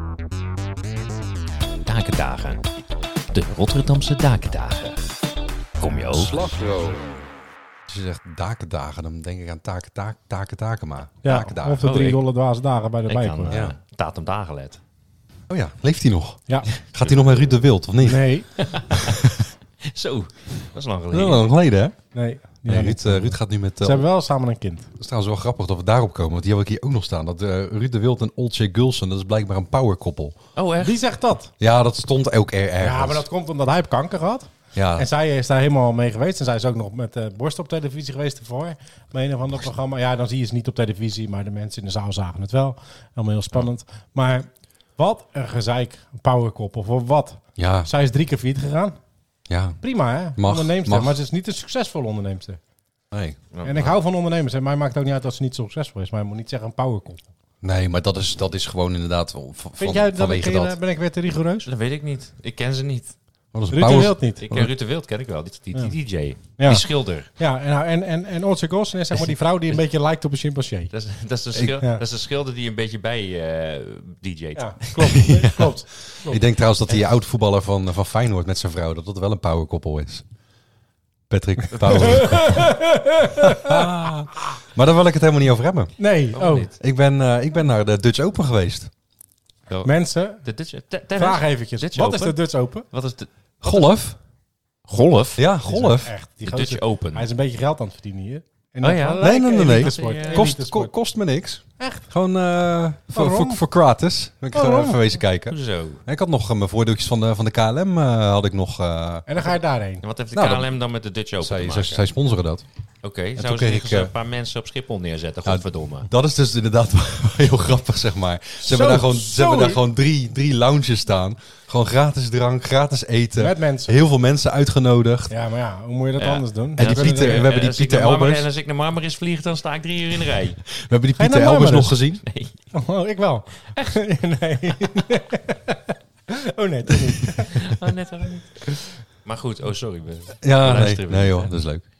Dakendagen. De Rotterdamse dakendagen. Kom je ook? Als je zegt dakendagen, dan denk ik aan taken, taak, taken, takema. Ja, Dakendagen. of de Oh, drie ik- dolle dwaze dagen bij de Ik kan Bijenkorf. uh, Ja. Tatum Dagelet. Oh ja, leeft hij nog? Ja. Gaat hij nog met Ruud de Wild, of niet? Nee. Zo, dat is lang Dat is geleden. wel lang geleden, hè? Nee. Nee, Ja, Ruud, uh, Ruud gaat nu met... Ze Uh, hebben wel samen een kind. Het is trouwens wel grappig dat we daarop komen, want die heb ik hier ook nog staan. Dat uh, Ruud de Wild en Olcay Gulsen, dat is blijkbaar een powerkoppel. Oh, echt? Wie zegt dat? Ja, dat stond ook er ergens. Ja, maar dat komt omdat hij heeft kanker gehad. Ja, En zij is daar helemaal mee geweest. En zij is ook nog met de borst op televisie geweest ervoor. Bij een of ander programma. Ja, dan zie je ze niet op televisie. Maar de mensen in de zaal zagen het wel. Allemaal heel spannend. Maar wat een gezeik. Een powerkoppel. Voor wat? ja, Zij is drie keer failliet gegaan. ja. Prima, hè? Mag, Onderneemster. mag. Maar ze is niet een succesvolle onderneemster. Nee. En ik hou van ondernemers. En mij maakt ook niet uit dat ze niet zo succesvol is. Maar je moet niet zeggen een powerkoppel. nee, maar dat is, dat is gewoon inderdaad van, van, Vind jij dat ik, vanwege dat. ben ik weer te rigoureus? Dat weet ik niet. Ik ken ze niet. Wat is een Ruud de power- Wild niet. Ik ken Ruud de Wild, ken ik wel. Die, die, die D J. Ja. Die schilder. Ja, en, en, en, en Olcay Gulsen is zeg maar die vrouw die een beetje lijkt op een chimpansee. Dat is, dat, is de schil, ja. dat is de schilder die een beetje bij uh, D J't. Ja, klopt. klopt. Ik denk trouwens dat die oud-voetballer van, van Feyenoord met zijn vrouw, dat dat wel een powerkoppel is. Patrick Power. Maar daar wil ik het helemaal niet over hebben. Nee, Oh, oh. niet. Ik ben, uh, ik ben naar de Dutch Open geweest. Zo. Mensen, De Dutch, te- tennis? vraag eventjes. Dutch Wat is Open? de Dutch Open? Wat is de Golf? golf? Ja, golf. Echt, die De gozer- Dutch Open. Hij is een beetje geld aan het verdienen hier. En Oh dat ja? gelijk Nee, nee, nee, nee. elitesport. Ja, ja. Kost, Elitesport. ko- kost me niks. Echt? Gewoon uh, voor, Waarom? voor, voor gratis. Ben ik Waarom? gewoon even wezen kijken. Hoezo? Ik had nog uh, mijn voordeeltjes van de, van de K L M. Uh, had ik nog. Uh, En dan ga je daarheen. En wat heeft de Nou, K L M dan met de Dutch Open zij, te zij, maken? zij sponsoren dat. Oké, toen zouden kreeg ze ik, niet eens uh, een paar mensen op Schiphol neerzetten? Ja, Godverdomme. Dat is dus inderdaad wel heel grappig, zeg maar. Ze, Zo, hebben, daar gewoon, ze zo. hebben daar gewoon drie, drie lounges staan. Gewoon gratis drank, gratis eten. Met mensen. Heel veel mensen uitgenodigd. Ja, maar ja, hoe moet je dat Ja. anders doen? En die Ja, Pieter- kunnen we er- hebben die als ik Pieter naar Marmaris- Elbers. En als ik naar Marmaris vlieg, dan sta ik drie uur in de rij. We hebben die Ga je Pieter naar Elbers nog Marmaris? gezien. Nee. Oh, ik wel. nee. oh nee, toch niet. Oh, net al niet. Maar goed, oh sorry. we- Ja, we nee, luisteren nee weer. joh, dat is leuk.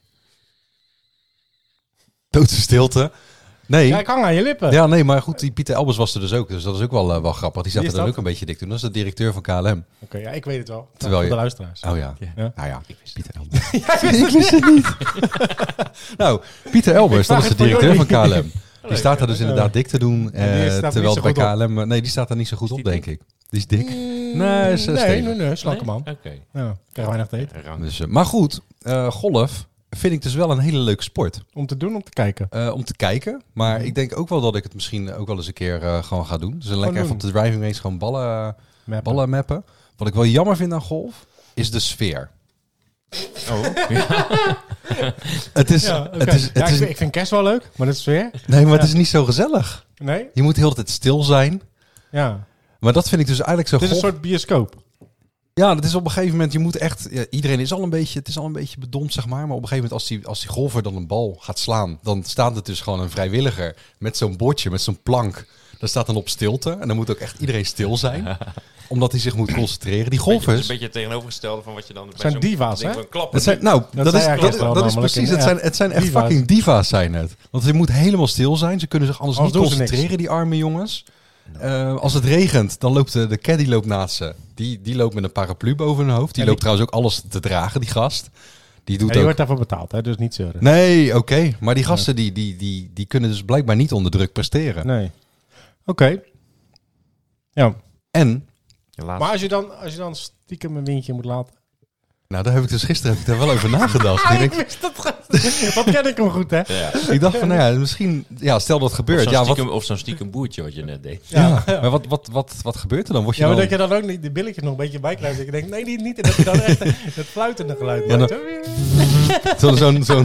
Doodse stilte. Nee. Ja, ik hang aan je lippen. Ja, nee, maar goed, die Pieter Elbers was er dus ook. Dus dat is ook wel, uh, wel grappig. Die zat Wie er is dan dat? ook een beetje dik toen. Dat is de directeur van K L M. Oké, ja, ik weet het wel. Terwijl Voor je- de luisteraars. Oh ja. Ja. Nou ja, Pieter Elbers. Ik wist het niet. nou, Pieter Elbers, dat is de vraag het voor directeur van jullie. K L M. Die staat daar dus inderdaad dik te doen. En die eh, staat terwijl niet bij zo goed K L M... Nee, die staat daar niet zo goed op, die denk ik. Die is dik. Mm, Nee, is, uh, nee, stevig. nee, nee, slanke man. Oké. Ja, krijg weinig te eten. Rank. Dus, uh, maar goed, uh, golf vind ik dus wel een hele leuke sport. Om te doen, om te kijken. Uh, om te kijken. Maar ik denk ook wel dat ik het misschien ook wel eens een keer uh, gewoon ga doen. Dus dan lekker doen. even op de driving range gewoon ballen, Mappen. ballen mappen. Wat ik wel jammer vind aan golf, is de sfeer. Oh, ja. Het is... Ja, oké. het is, Ja, het ik, is vind- ik vind kerst wel leuk, maar dat is weer. nee, maar het Ja. is niet zo gezellig. Nee? Je moet de hele tijd stil zijn. Ja. Maar dat vind ik dus eigenlijk zo Het is een golf. soort bioscoop. Ja, dat is op een gegeven moment, je moet echt... Ja, iedereen is al een beetje, het is al een beetje bedompt, zeg maar. Maar op een gegeven moment, als die, als die golfer dan een bal gaat slaan... dan staat er dus gewoon een vrijwilliger met zo'n bordje, met zo'n plank. Daar staat dan op stilte. En dan moet ook echt iedereen stil zijn. omdat hij zich moet concentreren. Die Beetje, het is golfers... een beetje het tegenovergestelde van wat je dan... bij zijn zo'n diva's, ding hè? van klappen. Het zijn, nou, dat, Dat is, zei hij dat, gisteren dat is namelijk precies. in- Het zijn, het zijn echt diva's. fucking diva's zijn het. Want ze moeten helemaal stil zijn. Ze kunnen zich anders, Anders niet doen ze concentreren, die arme jongens. Uh, als het regent, dan loopt de, de caddy loopt naast ze. Die, die loopt met een paraplu boven hun hoofd. Die En loopt die- trouwens ook alles te dragen, die gast. Die doet Ja, je ook... wordt daarvoor betaald, hè? Dus niet zeuren. Nee, oké. Okay. Maar die gasten die, die, die, die kunnen dus blijkbaar niet onder druk presteren. Nee. Oké. Okay. Ja. En, Ja, laatst- Maar als je, dan, als je dan stiekem een windje moet laten... nou daar heb ik dus gisteren heb ik daar wel over nagedacht. Ah, ik, ik denk, wist dat goed. Wat ken ik hem goed, hè? Ja. ik dacht van, nou ja, misschien... Ja, stel dat Of gebeurt. zo'n Ja, wat, stiekem, of zo'n stiekem boertje wat je net deed. ja, maar wat, wat, wat, wat gebeurt er dan? Word je Ja, maar dan... dat je dan ook niet de billetjes nog een beetje bijkruipt. Dat je denkt, nee, die niet. En dat je dan echt het fluitende geluid Ja, maakt. Zo'n... zo'n zo'n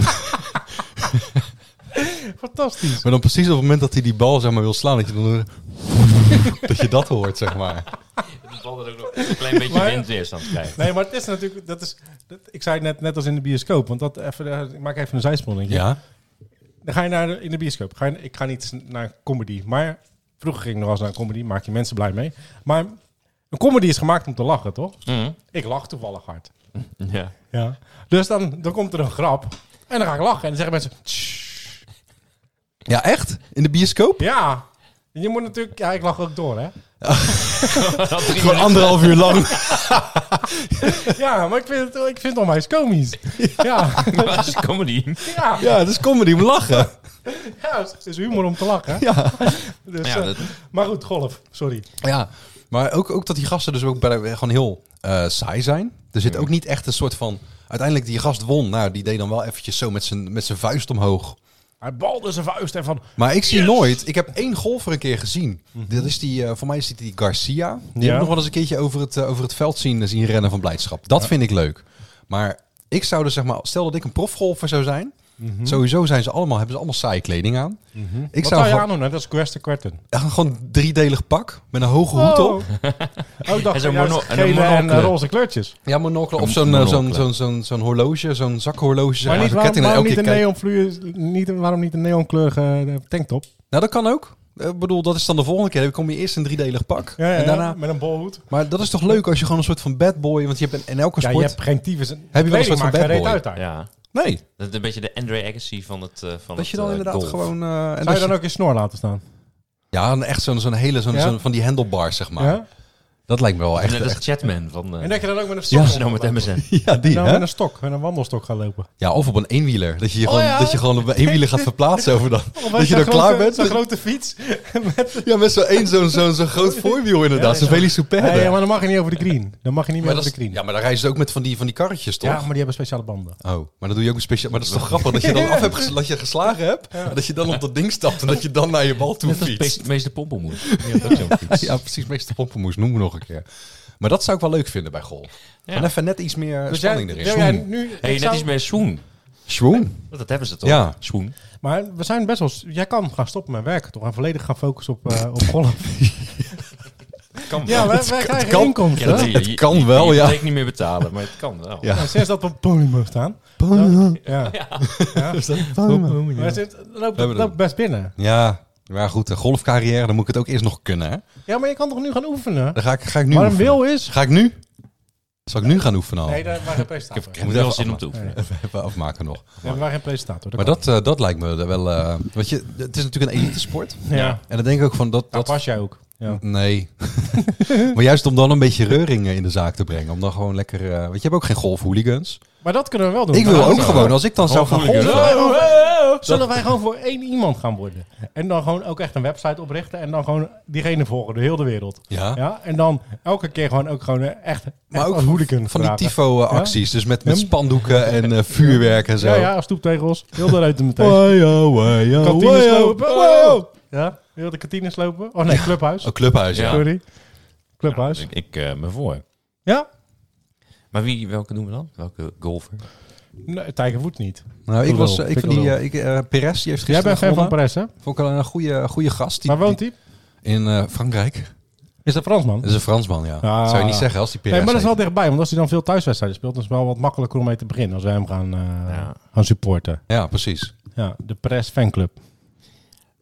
Fantastisch. maar dan precies op het moment dat hij die bal zeg maar, wil slaan, dat je dan... dat je dat hoort, zeg maar. Het valt er ook nog een klein beetje Maar- windweerstand krijgt. Nee, maar het is natuurlijk... Dat is, dat, ik zei het net, net als in de bioscoop. Want dat even, eh, ik maak even een zijsprongetje. Ja? Dan ga je naar de, in de bioscoop. Ga je, ik ga niet naar comedy. Maar vroeger ging ik nog eens naar comedy. Maak je mensen blij mee. Maar een comedy is gemaakt om te lachen, toch? Mhm. Ik lach toevallig hard. Ja. Ja. Dus dan, dan komt er een grap. En dan ga ik lachen. En dan zeggen mensen... "Tssst." Ja, echt? In de bioscoop? Ja. Je moet natuurlijk... Ja, ik lach ook door, hè? Gewoon anderhalf uur lang. Ja, maar ik vind het, ik vind het onwijs komisch. Ja. Dat is comedy. Ja. Ja, het is comedy om lachen. Ja, het is humor om te lachen. Ja. Dus, Ja, eh, dat, maar goed, golf. Sorry. Ja, maar ook, ook dat die gasten dus ook bij, gewoon heel eh, saai zijn. Er zit ook niet echt een soort van... Uiteindelijk die gast won. Nou, die deed dan wel eventjes zo met zijn, met zijn vuist omhoog. Hij balde zijn vuist en van... Maar ik zie nooit... Ik heb één golfer een keer gezien. Dat is die, uh, voor mij is die, die Garcia. Die Ja. heb ik nog wel eens een keertje over het, uh, over het veld zien, zien rennen van blijdschap. Dat vind ik leuk. Maar ik zou dus zeg maar... Stel dat ik een profgolfer zou zijn. Mhm. Sowieso zijn ze allemaal, hebben ze allemaal saaie kleding aan. Ik Wat zou zou je gewoon, aandoen? Hè? Dat is Quest Querten. gewoon driedelig pak. Met een hoge hoed op. Oh, ik dacht En zo'n juist mono- en een gele en monocle. eh, roze kleurtjes. Ja, monocle. Of Een zo'n uh, zo'n monocle. zo'n zo'n zo'n horloge. Zo'n zakhorloge. zeg Maar niet, zo'n waarom, ketting en waarom, elke niet een keer kijken. neonvloer, niet, waarom niet een neonkleurige eh, tanktop? Nou, dat kan ook. Ik bedoel, dat is dan de volgende keer. Dan kom je eerst een driedelig pak. Ja, ja, en daarna... met een bolhoed. Maar dat is toch leuk als je gewoon een soort van bad boy... Want je hebt in elke Ja, sport... je hebt geen tyfus. Heb je wel een soort van bad boy? uit daar. ja. Nee, Dat is een beetje de Andre Agassi van het uh, van dat het, je dan uh, inderdaad golf. gewoon... uh, en Zou dat je dan je- ook je snor laten staan? Ja, een- echt zo'n zo'n hele... Zo'n, Ja? zo'n- van die handlebars, zeg maar. Ja? Dat lijkt me wel echt... Net als echt Chatman van uh, En dat je dan ook met een stok Ja, gaat Snow met lopen. M S N. ja, die, Nou, hè? met een stok, met een wandelstok gaan lopen. Ja, of op een eenwieler. Dat je, je Oh, gewoon, ja. dat je gewoon op een eenwieler gaat verplaatsen over dan. Of Dat je dan klaar bent. Zo'n grote fiets. met, Ja, met zo'n één zo'n zo'n zo'n groot voorwiel inderdaad. Zo'n velocipede. nee, maar dan mag je niet over de green. Dan mag je niet meer Maar over dat de is- green. ja, maar dan rijden ze ook met van die, van die karretjes, toch? Ja, maar die hebben speciale banden. Oh, maar dan doe je ook een speciaal... Maar dat is toch grappig dat je dan af hebt ges- dat je geslagen hebt. En dat je dan op dat ding stapt en dat je dan naar je bal toe Net als fietst. meest- meester Pompelmoes. Die had ook zo'n fiets. Ja, precies. Meester Pompenmoes, noem me nog een keer. Maar dat zou ik wel leuk vinden bij golf. Ja. En even net iets meer Dus jij, spanning erin. wil jij Swoon. nu, Hey, ik net zou- iets meer swoon. Swoon? Dat hebben ze toch? Ja. Swoon. Maar we zijn best wel... Jij kan gaan stoppen met werken, toch? En volledig gaan focussen op, uh, op golf. Kan Ja, wij, wij krijgen kan. inkomsten. Ja, dat- Ja, je- het je- kan je- wel, je ja. moet het niet meer betalen, maar het kan wel. Ja. sinds dat we op het podium staan. Ja. Ja. Maar het zit- loopt, hebben loopt best binnen. Ja, maar goed, een golfcarrière, dan moet ik het ook eerst nog kunnen, hè? Ja, maar je kan toch nu gaan oefenen? Dan ga ik, ga ik nu Maar een oefenen. wil is... Ga ik nu? Zal ik nu gaan oefenen al? Nee, daar waren geen presentator. Ik heb moet wel even zin om afmaken. te oefenen. Even, even afmaken nog. Ja, we waren geen presentator. Maar dat, uh, dat lijkt me wel... Uh, weet je, het is natuurlijk een elitesport. Ja. Ja. En dan denk ik ook van... dat, Daar dat pas jij ook. Ja. Nee. Maar juist om dan een beetje reuring in de zaak te brengen. Om dan gewoon lekker... Uh, weet je, je hebt ook geen golfhooligans. Maar dat kunnen we wel doen. Ik wil Maar ook dan- gewoon, als ik dan zou gaan Golfhooligans. golfen... Zullen wij gewoon voor één iemand gaan worden? En dan gewoon ook echt een website oprichten. En dan gewoon diegene volgen, de hele wereld. Ja. Ja? En dan elke keer gewoon ook gewoon eh, echt, Maar echt ook als hooligan van die vragen. tifo-acties. Dus met, met Ja. spandoeken en uh, vuurwerk en zo. Ja, ja, stoeptegels. Heel de ruiten meteen. Wajo, wajo, Kantines wajo. lopen. Wow. Ja, heel de kantines lopen. Oh nee, clubhuis. Oh, clubhuis, ja. Ja. Sorry. Clubhuis. Ik, ik uh, me voor. Ja? Maar wie, welke doen we dan? Welke golfer? Nee, Tiger Woods niet. Nou, ik was... uh, ik Vind van ik die... wel. uh, ik, uh, Perez, die heeft Jij gisteren bent fan van gewonnen. Perez, hè? Vond ik wel een goede, goede gast. Die, Waar woont hij? die- In uh, Frankrijk. Is dat Fransman? Dat is een Fransman, ja. Ah. Zou je niet zeggen als die Perez Nee, maar dat is wel heet. dichtbij. Want als hij dan veel thuiswedstrijden speelt, dan is het wel wat makkelijker om mee te beginnen. Als wij hem gaan, uh, Ja. gaan supporten. Ja, precies. Ja, de Perez fanclub.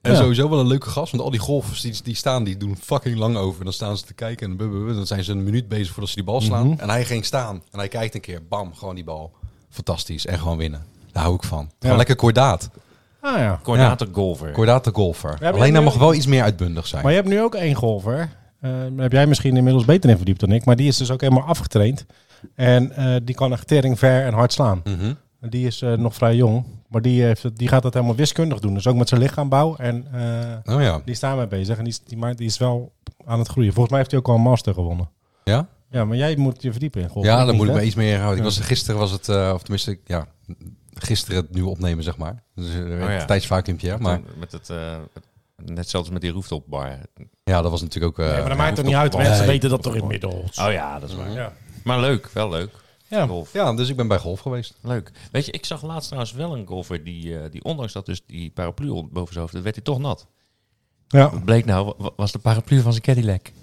En Ja. sowieso wel een leuke gast, want al die golfers die, die staan, die doen fucking lang over. Dan staan ze te kijken en blablabla, dan zijn ze een minuut bezig voordat ze die bal slaan. Mhm. En hij ging staan en hij kijkt een keer, bam, gewoon die bal. Fantastisch en gewoon winnen. Daar hou ik van. Ja. Gewoon lekker kordaat. Ah ja. Coördinator golfer. Kordaat de golfer. maar Alleen nu- hij mag wel iets meer uitbundig zijn. Maar je hebt nu ook één golfer. Uh, daar heb jij misschien inmiddels beter in verdiept dan ik. Maar die is dus ook helemaal afgetraind. En uh, die kan echt tering ver en hard slaan. Mhm. Die is uh, nog vrij jong. Maar die, heeft, het- die gaat dat helemaal wiskundig doen. Dus ook met zijn lichaambouw. En uh, Oh ja. die is daarmee bezig. En die is, die, maar die is wel aan het groeien. Volgens mij heeft hij ook al een master gewonnen. Ja? Ja, maar jij moet je verdiepen in golf. Ja, Ik dan niet, moet ik hè? me iets meer houden. Ik Ja. was, gisteren was het, uh, of tenminste, ja, gisteren het nieuwe opnemen, zeg maar. Dus uh, Oh ja. een tijdsvacuumpje, ja. Maar Met het, uh, net zelfs met die rooftop bar. ja, dat was natuurlijk ook... Uh, Nee, maar dat maakt toch niet uit. Nee. Mensen weten dat toch inmiddels. Oh ja, dat is waar. Ja. Maar leuk, wel leuk. Ja. Golf. Ja, dus ik ben bij golf geweest. Leuk. Weet je, ik zag laatst trouwens wel een golfer die, uh, die ondanks dat dus die paraplu boven zijn hoofd, dan werd hij toch nat. Ja. Wat bleek nou, wa- was de paraplu van zijn Cadillac.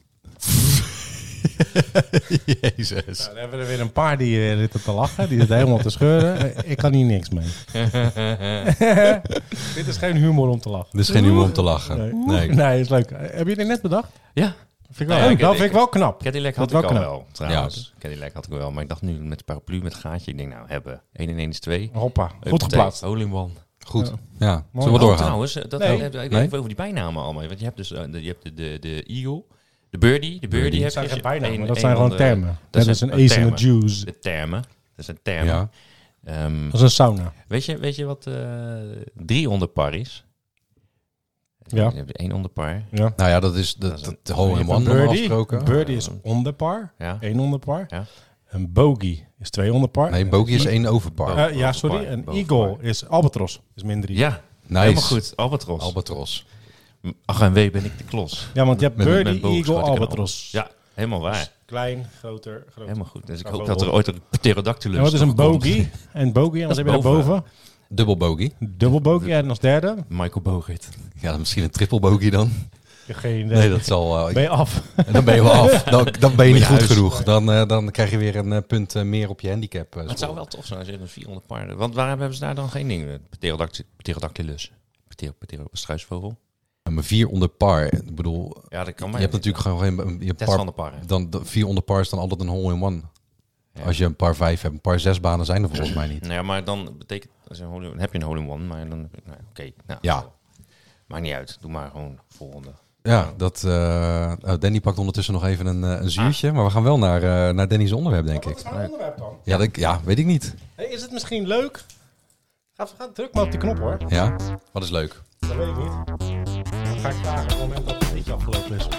Jezus. Nou, dan hebben we er weer een paar die uh, zitten te lachen. Die zitten helemaal te scheuren. Uh, ik kan hier niks mee. Dit is geen humor om te lachen. Er is geen humor om te lachen. Nee, Nee. nee is leuk. Uh, heb je dit net bedacht? Ja, Vind ik wel, Nou ja, leuk. ik- dat ik- vind ik wel knap. Cadillac Dat had wel ik al knap. wel, trouwens. Cadillac had ik wel, maar ik dacht nu met de paraplu, met gaatje. Ik denk nou, hebben. één en één is twee. Hoppa, goed Huppatee, geplaatst. Hole in one. Goed. Ja. Ja, Mooi. zullen we Oh, doorgaan? trouwens, eh, dat, Nee. eh, even Nee? over die bijnamen allemaal. Want je hebt dus uh, de, je hebt de, de, de Eagle, de Birdie. De Birdie Dat heb zijn je. geen bijnamen, Eén- dat één zijn gewoon van de- termen. Dat is zijn een ace in termen. the juice. De termen. Dat zijn termen. Ja. Ehm, Dat is een sauna. weet, je, weet je wat uh, drie onder par is? Ja. Je hebt één onder par. Ja. Nou ja, dat is de, Dat is een- de hole in Je hebt one een normaal birdie. gesproken. Een birdie is onder par. Ja. één onder par. Ja. Een bogey is twee onder par. Nee, bogey is één overpar. Uh, ja, sorry. Boven Een par. eagle is albatros. Is min drie. Ja, Nice. helemaal goed. Albatros. Albatros. Ach en wee ben ik de klos. Ja, want je hebt Met- birdie, met bogen eagle, schoot ik een albatros. Ja, helemaal waar. Klein, groter, groter. Helemaal goed. Dus ik Ja, hoop wel dat er wel. ooit een pterodactylus En wat is een nog komt. bogey? En bogey, en wat Dat heb is je daarboven? boven. Dubbel bogey. Dubbel bogey en als derde? Michael Bogert. Ja, misschien een triple bogey dan. Geen idee. Nee, dat zal... uh, Ben je af? dan ben je wel af. Dan, dan ben je Moet niet je goed huis. genoeg. Dan, uh, dan krijg je weer een uh, punt uh, meer op je handicap. Uh, Maar het zou score. wel tof zijn als je een vierhonderd paarden... Want waarom hebben ze daar dan geen ding? Pterodact- Pterodactylus. Ptero- Ptero- Struisvogel. Maar vier onder par. Ik bedoel, Ja, dat kan je maar. hebt natuurlijk gewoon geen... Je hebt Test par, van de parren. dan, de, vier onder par is dan altijd een hole in one. Ja. Als je een par vijf hebt. Een par zes banen zijn er volgens mij niet. Nou ja, maar dan betekent... Als je een hole, dan heb je een hole-in-one, maar dan... Nou, Oké, nou, Ja. maakt niet uit. Doe maar gewoon volgende. Ja, dat, uh, uh, Danny pakt ondertussen nog even een, uh, een zuurtje. Maar we gaan wel naar, uh, naar Danny's onderwerp, denk ik. Wat is mijn onderwerp dan? Ja, dat, ja, weet ik niet. Hey, is het misschien leuk? Ga, ga druk maar op die knop hoor. Ja, wat is leuk? Dat weet ik niet. Dat ga ik vragen op het moment dat het beetje afgelopen is.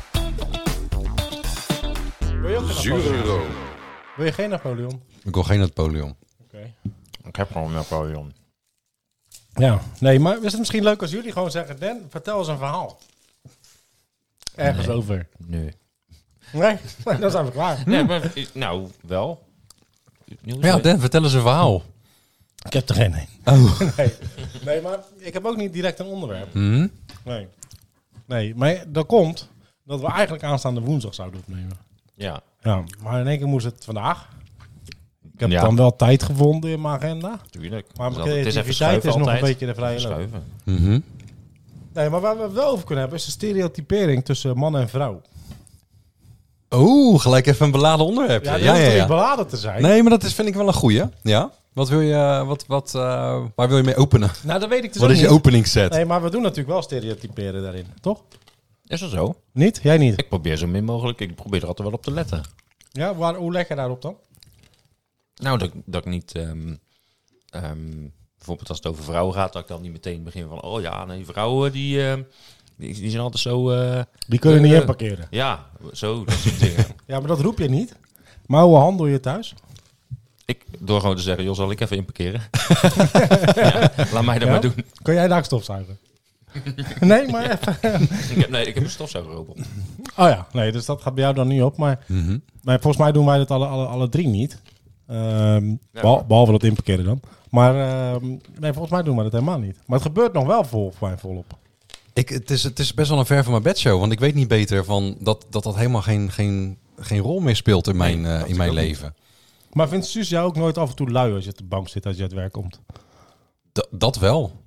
Wil je ook geen Napoleon? Wil je geen Napoleon? Ik wil geen Napoleon. Oké. Ik heb gewoon een Napoleon. Ja, nee, maar is het misschien leuk als jullie gewoon zeggen... Dan, vertel eens een verhaal. Ergens Nee. over. Nee. Nee, dan zijn we klaar. Nee, maar... Nou, wel. Niels, Ja, weet- Dan, vertel eens een verhaal. Ik heb er geen een. Oh. Nee. nee, maar ik heb ook niet direct een onderwerp. Hm? Nee. Nee, maar dat komt dat we eigenlijk aanstaande woensdag zouden opnemen. Ja. Ja, maar in één keer moest het vandaag. Ik heb Ja. dan wel tijd gevonden in mijn agenda. Tuurlijk. Maar Dus mijn dat- het is even creativiteit schuiven is nog een altijd. beetje de vrije loop. Schuiven. Mhm. Nee, maar waar we het wel over kunnen hebben is de stereotypering tussen man en vrouw. Oeh, gelijk even een beladen onderwerp. Ja, Ja, dat ja, hoeft toch ja. niet beladen te zijn? Nee, maar dat is, vind ik wel een goeie. Ja? Wat wil je, wat, wat, uh, waar wil je mee openen? Nou, dat weet ik dus Wat ook is je niet. openingsset? Nee, maar we doen natuurlijk wel stereotyperen daarin, toch? Is dat zo? Niet? Jij niet? Ik probeer zo min mogelijk. Ik probeer er altijd wel op te letten. Ja, waar, hoe leg je daarop dan? Nou, dat, dat ik niet... ehm, ehm, bijvoorbeeld als het over vrouwen gaat, dat ik dan niet meteen begin van... Oh ja, nee, vrouwen die, ehm, die, die zijn altijd zo... eh, Die kunnen Eh, niet inparkeren. ja, zo, dat soort dingen. Ja, maar dat roep je niet. Maar hoe handel je thuis? Ik, door gewoon te zeggen, joh, zal ik even inparkeren? Ja, laat mij dat Ja? maar doen. Kun jij daar stofzuigen? Nee, maar even. Ik heb, nee, ik heb een stofzuigerrobot. Oh ja, nee, dus dat gaat bij jou dan niet op. Maar, Mhm. maar volgens mij doen wij dat alle, alle, alle drie niet. Ehm, Ja. behal- behalve dat inparkeren dan. Maar ehm, nee, volgens mij doen wij dat helemaal niet. Maar het gebeurt nog wel vol, voor mij volop. Ik, het, is, het is best wel een ver van mijn bedshow. Want ik weet niet beter van dat dat, dat helemaal geen, geen, geen rol meer speelt in mijn, Nee, uh, dat in mijn ook leven. Maar vindt Suus jou ook nooit af en toe lui als je op de bank zit als je uit werk komt? D- dat wel.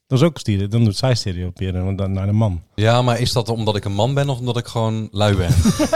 Dat is ook stereo. Dan doet zij stereotyperen dan naar de man. Ja, maar is dat omdat ik een man ben of omdat ik gewoon lui ben?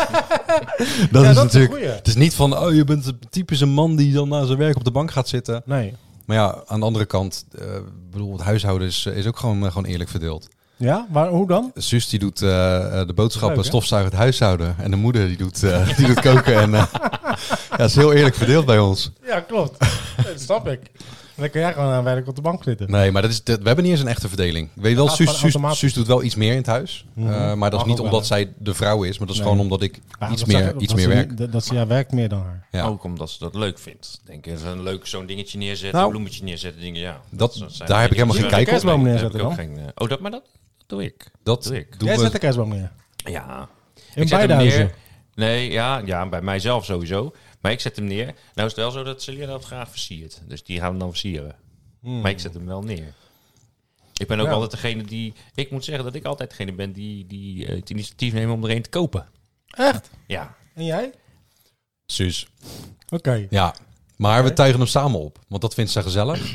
dat dat is is natuurlijk. een goeie. Het is niet van, oh, je bent een typische man die dan na zijn werk op de bank gaat zitten. Nee. Maar ja, aan de andere kant, uh, bedoel, het huishouden is, is ook gewoon, uh, gewoon eerlijk verdeeld. Ja? Waar, hoe dan? Zus die doet uh, de boodschappen, Leuk, hè? stofzuigen, het huishouden. En de moeder die doet, uh, die doet koken. En, uh, ja, het is heel eerlijk verdeeld bij ons. Ja, klopt. Dat snap ik. Dan kan jij gewoon aan werk op de bank zitten. Nee, maar dat is, dat, we hebben niet eens een echte verdeling. Ik weet wel, gaat Suus, gewoon Suus, automatisch. Suus doet wel iets meer in het huis. Uh, Mhm. maar dat Mag is niet ook omdat wel, hè? zij de vrouw is. Maar dat is Nee. gewoon omdat ik Ja, iets dat meer, zeg- iets dat meer ze- werk. Dat, dat ze ja, werkt meer dan haar. Ja. Ook omdat ze dat leuk vindt. Denk ik, een leuk zo'n dingetje neerzetten, Nou, een bloemetje neerzetten, dingen, ja. dat- zijn daar wel heb ik helemaal dingen geen die- kijk op. Nee, Kerstboom daar heb ik neerzetten ook geen, eh, oh, dat, maar dat doe ik. Dat doe ik. doen Jij we. zet de kerstboom neer. Ja. In Ik zet beide hem neer. huizen. Nee, ja, ja, bij mijzelf sowieso. Maar ik zet hem neer. Nou is het wel zo dat Celia dat graag versiert. Dus die gaan hem dan versieren. Hmm. Maar ik zet hem wel neer. Ik ben ook Ja. altijd degene die... Ik moet zeggen dat ik altijd degene ben die, die uh, het initiatief neemt om er een te kopen. Echt? Ja. En jij? Suus. Oké. Ja, maar we tuigen hem samen op. Want dat vindt ze gezellig.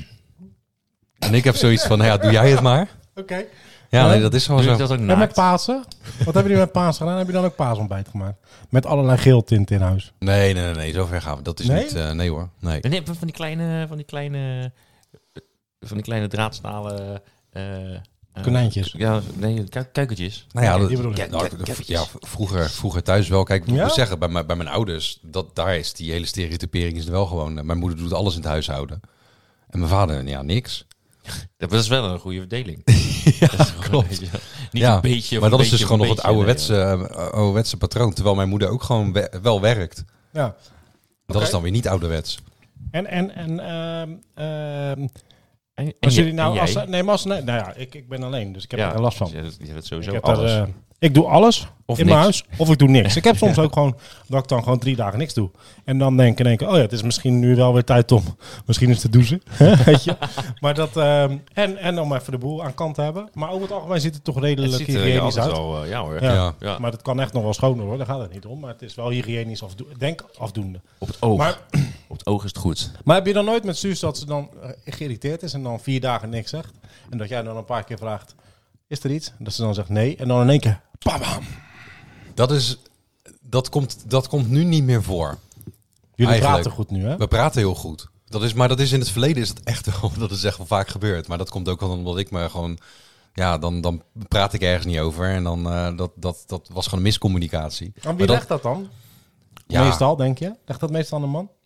En ik heb zoiets van, nou ja, doe jij het maar. Oké. Ja, nee, dat is gewoon Doe ik zo. dat ook En met naakt? Pasen? Wat hebben jullie met Pasen gedaan? Heb je dan ook paasontbijt gemaakt? Met allerlei geeltint in huis. Nee, nee, nee, nee, zover gaan we. Dat is Nee? niet... uh, nee hoor, nee. Nee, van die kleine... Van die kleine... Van die kleine draadstalen... Uh, Konijntjes. Ja, nee, ku- kuikentjes. Nou ja, Oké, dat- die bedoel ik. Kijk, nou, kijk, v- kijk ja, eens. v- vroeger, vroeger thuis wel. Kijk, ik Ja? moet zeggen, bij, mijn- bij mijn ouders, dat, daar is die hele stereotypering is er wel gewoon. uh, Mijn moeder doet alles in het huishouden. En mijn vader, ja, niks. Dat is wel een goede verdeling. Ja, Dat is gewoon, klopt. weet je wel, niet Ja, een beetje of maar dat een is dus beetje gewoon of nog een het beetje, ouderwetse, uh, ouderwetse patroon. Terwijl mijn moeder ook gewoon we- wel werkt. Ja. Dat Oké. is dan weer niet ouderwets. En, en, en, ehm ehm nee. En, en als je- jullie nou, en als, jij? nee, maar als, nee, nou ja, ik, ik ben alleen, dus ik heb Ja, er geen last van. Je hebt, je hebt Ik, sowieso heb alles. er, eh, ik doe alles Of in niks. mijn huis, of ik doe niks. Ik heb soms ook gewoon dat ik dan gewoon drie dagen niks doe. En dan denk ik, denk ik, oh ja, het is misschien nu wel weer tijd om, misschien is te douchen. Weet je? Maar dat, ehm, en, en om even de boel aan kant te hebben. Maar over het algemeen ziet het toch het redelijk ziet er hygiënisch altijd uit. wel, uh, ja hoor. Ja. Ja. Ja. Maar het kan echt nog wel schoner hoor, daar gaat het niet om. Maar het is wel hygiënisch, afdo denk afdoende. Op het oog. Maar, Op het oog is het goed. maar heb je dan nooit met Suus dat ze dan eh, geïrriteerd is en dan vier dagen niks zegt? En dat jij dan een paar keer vraagt, is er iets? En dat ze dan zegt nee. En dan in één keer, bam, bam. Dat, is, dat, komt, dat komt nu niet meer voor. Jullie Eigenlijk. praten goed nu, hè? We praten heel goed. Dat is, maar dat is in het verleden is het echt wel, dat is echt wel vaak gebeurd. Maar dat komt ook wel omdat ik me gewoon, ja, dan, dan praat ik ergens niet over. En dan, uh, dat, dat, dat was gewoon een miscommunicatie. Aan wie Maar dat- legt dat dan? Ja, Meestal, denk je? Legt dat meestal aan een man?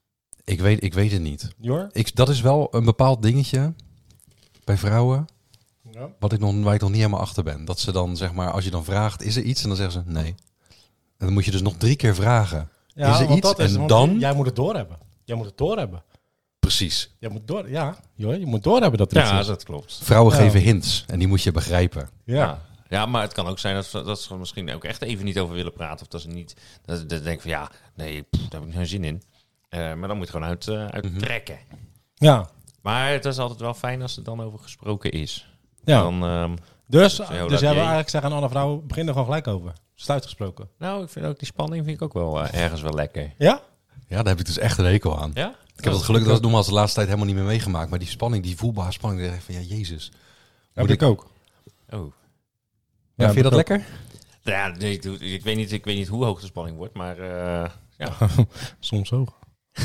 ik weet, ik weet het niet. Jor? Ik, dat is wel een bepaald dingetje bij vrouwen, Ja. wat ik nog, waar ik nog niet helemaal achter ben. Dat ze dan, zeg maar, als je dan vraagt, is er iets? En dan zeggen ze nee. En dan moet je dus nog drie keer vragen. Ja, is er want iets? dat is, En want dan? Jij moet het doorhebben. Jij moet het doorhebben. Precies. Jij moet door, ja, joh, je moet doorhebben dat er iets Ja, is. dat klopt. Vrouwen Ja. geven hints en die moet je begrijpen. Ja. Ja. Ja, maar het kan ook zijn dat, ze- dat ze er misschien ook echt even niet over willen praten. Of dat ze niet... Dat ze denken van ja, nee, pff, daar heb ik geen zin in. Uh, maar dan moet je gewoon uit, uh, uittrekken. Ja. Maar het is altijd wel fijn als er dan over gesproken is. Ja. Dan, um, Dus, Zo, dus dat jij wil jij- eigenlijk zeggen aan alle vrouwen, begin er gewoon gelijk over. Sluit gesproken. nou, ik vind ook die spanning vind ik ook wel uh, ergens wel lekker. Ja? Ja, daar heb ik dus echt een hekel aan. Ja? Ik heb dat gelukkig dat nogmaals de laatste tijd helemaal niet meer meegemaakt. Maar die spanning, die voelbare spanning, dan denk ik van ja, Jezus. Heb Moet ik ook. Oh. Ja, vind je dat heb ik lekker? Ja, nee, ik, doe- ik, weet niet, ik weet niet hoe hoog de spanning wordt, maar uh, ja. ook. Soms ook.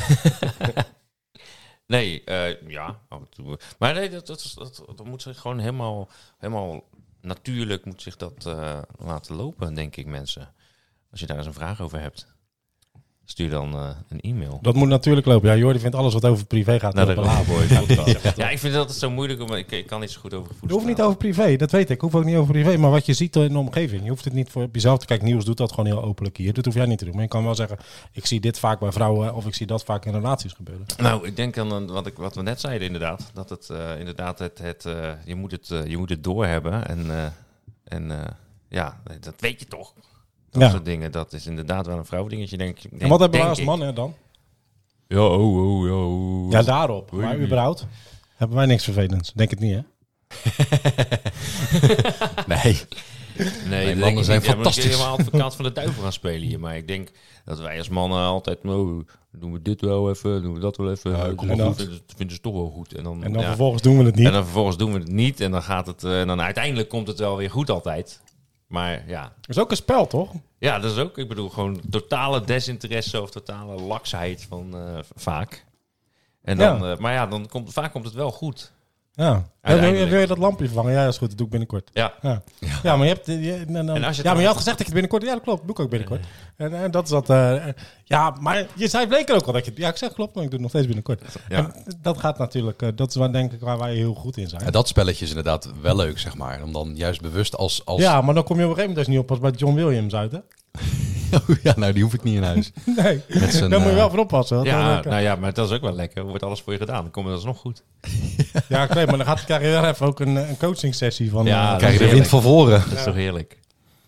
Nee, uh, ja, af en toe. Maar nee, dat, dat, dat, dat moet zich gewoon helemaal, helemaal natuurlijk moet zich dat uh, laten lopen, denk ik, mensen. Als je daar eens een vraag over hebt, stuur dan uh, een e-mail. Dat moet natuurlijk lopen. Ja, Jordi vindt alles wat over privé gaat. Naar de lopen. Labo podcast. Ja, ik vind dat het zo moeilijk, om, ik, ik kan niet zo goed over Het voedsel. hoeft niet over privé, dat weet ik. Ik hoef ook niet over privé. Maar wat je ziet in de omgeving. Je hoeft het niet voor op jezelf te kijken. Nieuws doet dat gewoon heel openlijk hier. Dat hoef jij niet te doen. Maar je kan wel zeggen, ik zie dit vaak bij vrouwen. Of ik zie dat vaak in relaties gebeuren. Nou, ik denk aan wat, ik, wat we net zeiden inderdaad. Dat het uh, inderdaad, het, het, uh, je, moet het, uh, je moet het doorhebben. En, uh, en uh, ja, dat weet je toch. Dat Ja. soort dingen, dat is inderdaad wel een vrouwdingetje, denk ik. En wat hebben wij denk als ik. mannen dan? Ja, oh, oh, ja, oh. Ja, daarop. Oei. Maar überhaupt hebben wij niks vervelends. Denk het niet, hè? Nee. Nee, mannen denk ik zijn niet. Ja, maar dan kun fantastisch. je helemaal advocaat van de duivel gaan spelen hier. Maar ik denk dat wij als mannen altijd... Oh, doen we dit wel even, doen we dat wel even. Ja, Ja, kom maar goed. vinden, vinden ze toch wel goed. En dan, En dan ja. vervolgens doen we het niet. en dan vervolgens doen we het niet. En dan gaat het... Uh, en dan uiteindelijk komt het wel weer goed altijd. Maar ja... Dat is ook een spel, toch? Ja, dat is ook... Ik bedoel, gewoon totale desinteresse of totale laksheid van uh, vaak. En dan, Ja. uh, maar ja, dan komt, vaak komt het wel goed. Ja. Wil je, Uiteindelijk. wil je dat lampje vervangen? Ja, dat is goed. Dat doe ik binnenkort. Ja. Ja, ja maar je hebt... Je, en dan, En als je ja, maar je dan- had gezegd dat je het binnenkort... Ja, dat klopt. Dat doe ik ook binnenkort. En, en dat is dat... Uh, ja, maar je zei bleek ook al dat je... Ja, ik zeg klopt, maar ik doe het nog steeds binnenkort. Ja. En dat gaat natuurlijk... Uh, dat is waar, denk ik waar wij heel goed in zijn. Ja, dat spelletje is inderdaad wel leuk, zeg maar. Om dan juist bewust als... als... Ja, maar dan kom je op een gegeven moment dus niet op als bij John Williams uit, hè? ja, nou, die hoef ik niet in huis. Nee, Met zijn, daar moet je uh, wel voor oppassen. want dan, Ja, uh, nou ja, maar dat is ook wel lekker. Er wordt alles voor je gedaan. Dan komt het alsnog goed. ja oké, maar dan gaat, krijg je wel even ook een, een coaching sessie van... Ja, uh, dat Krijg je de is wind van voren. Dat is toch heerlijk?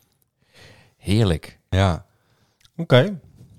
Heerlijk. Ja. Oké.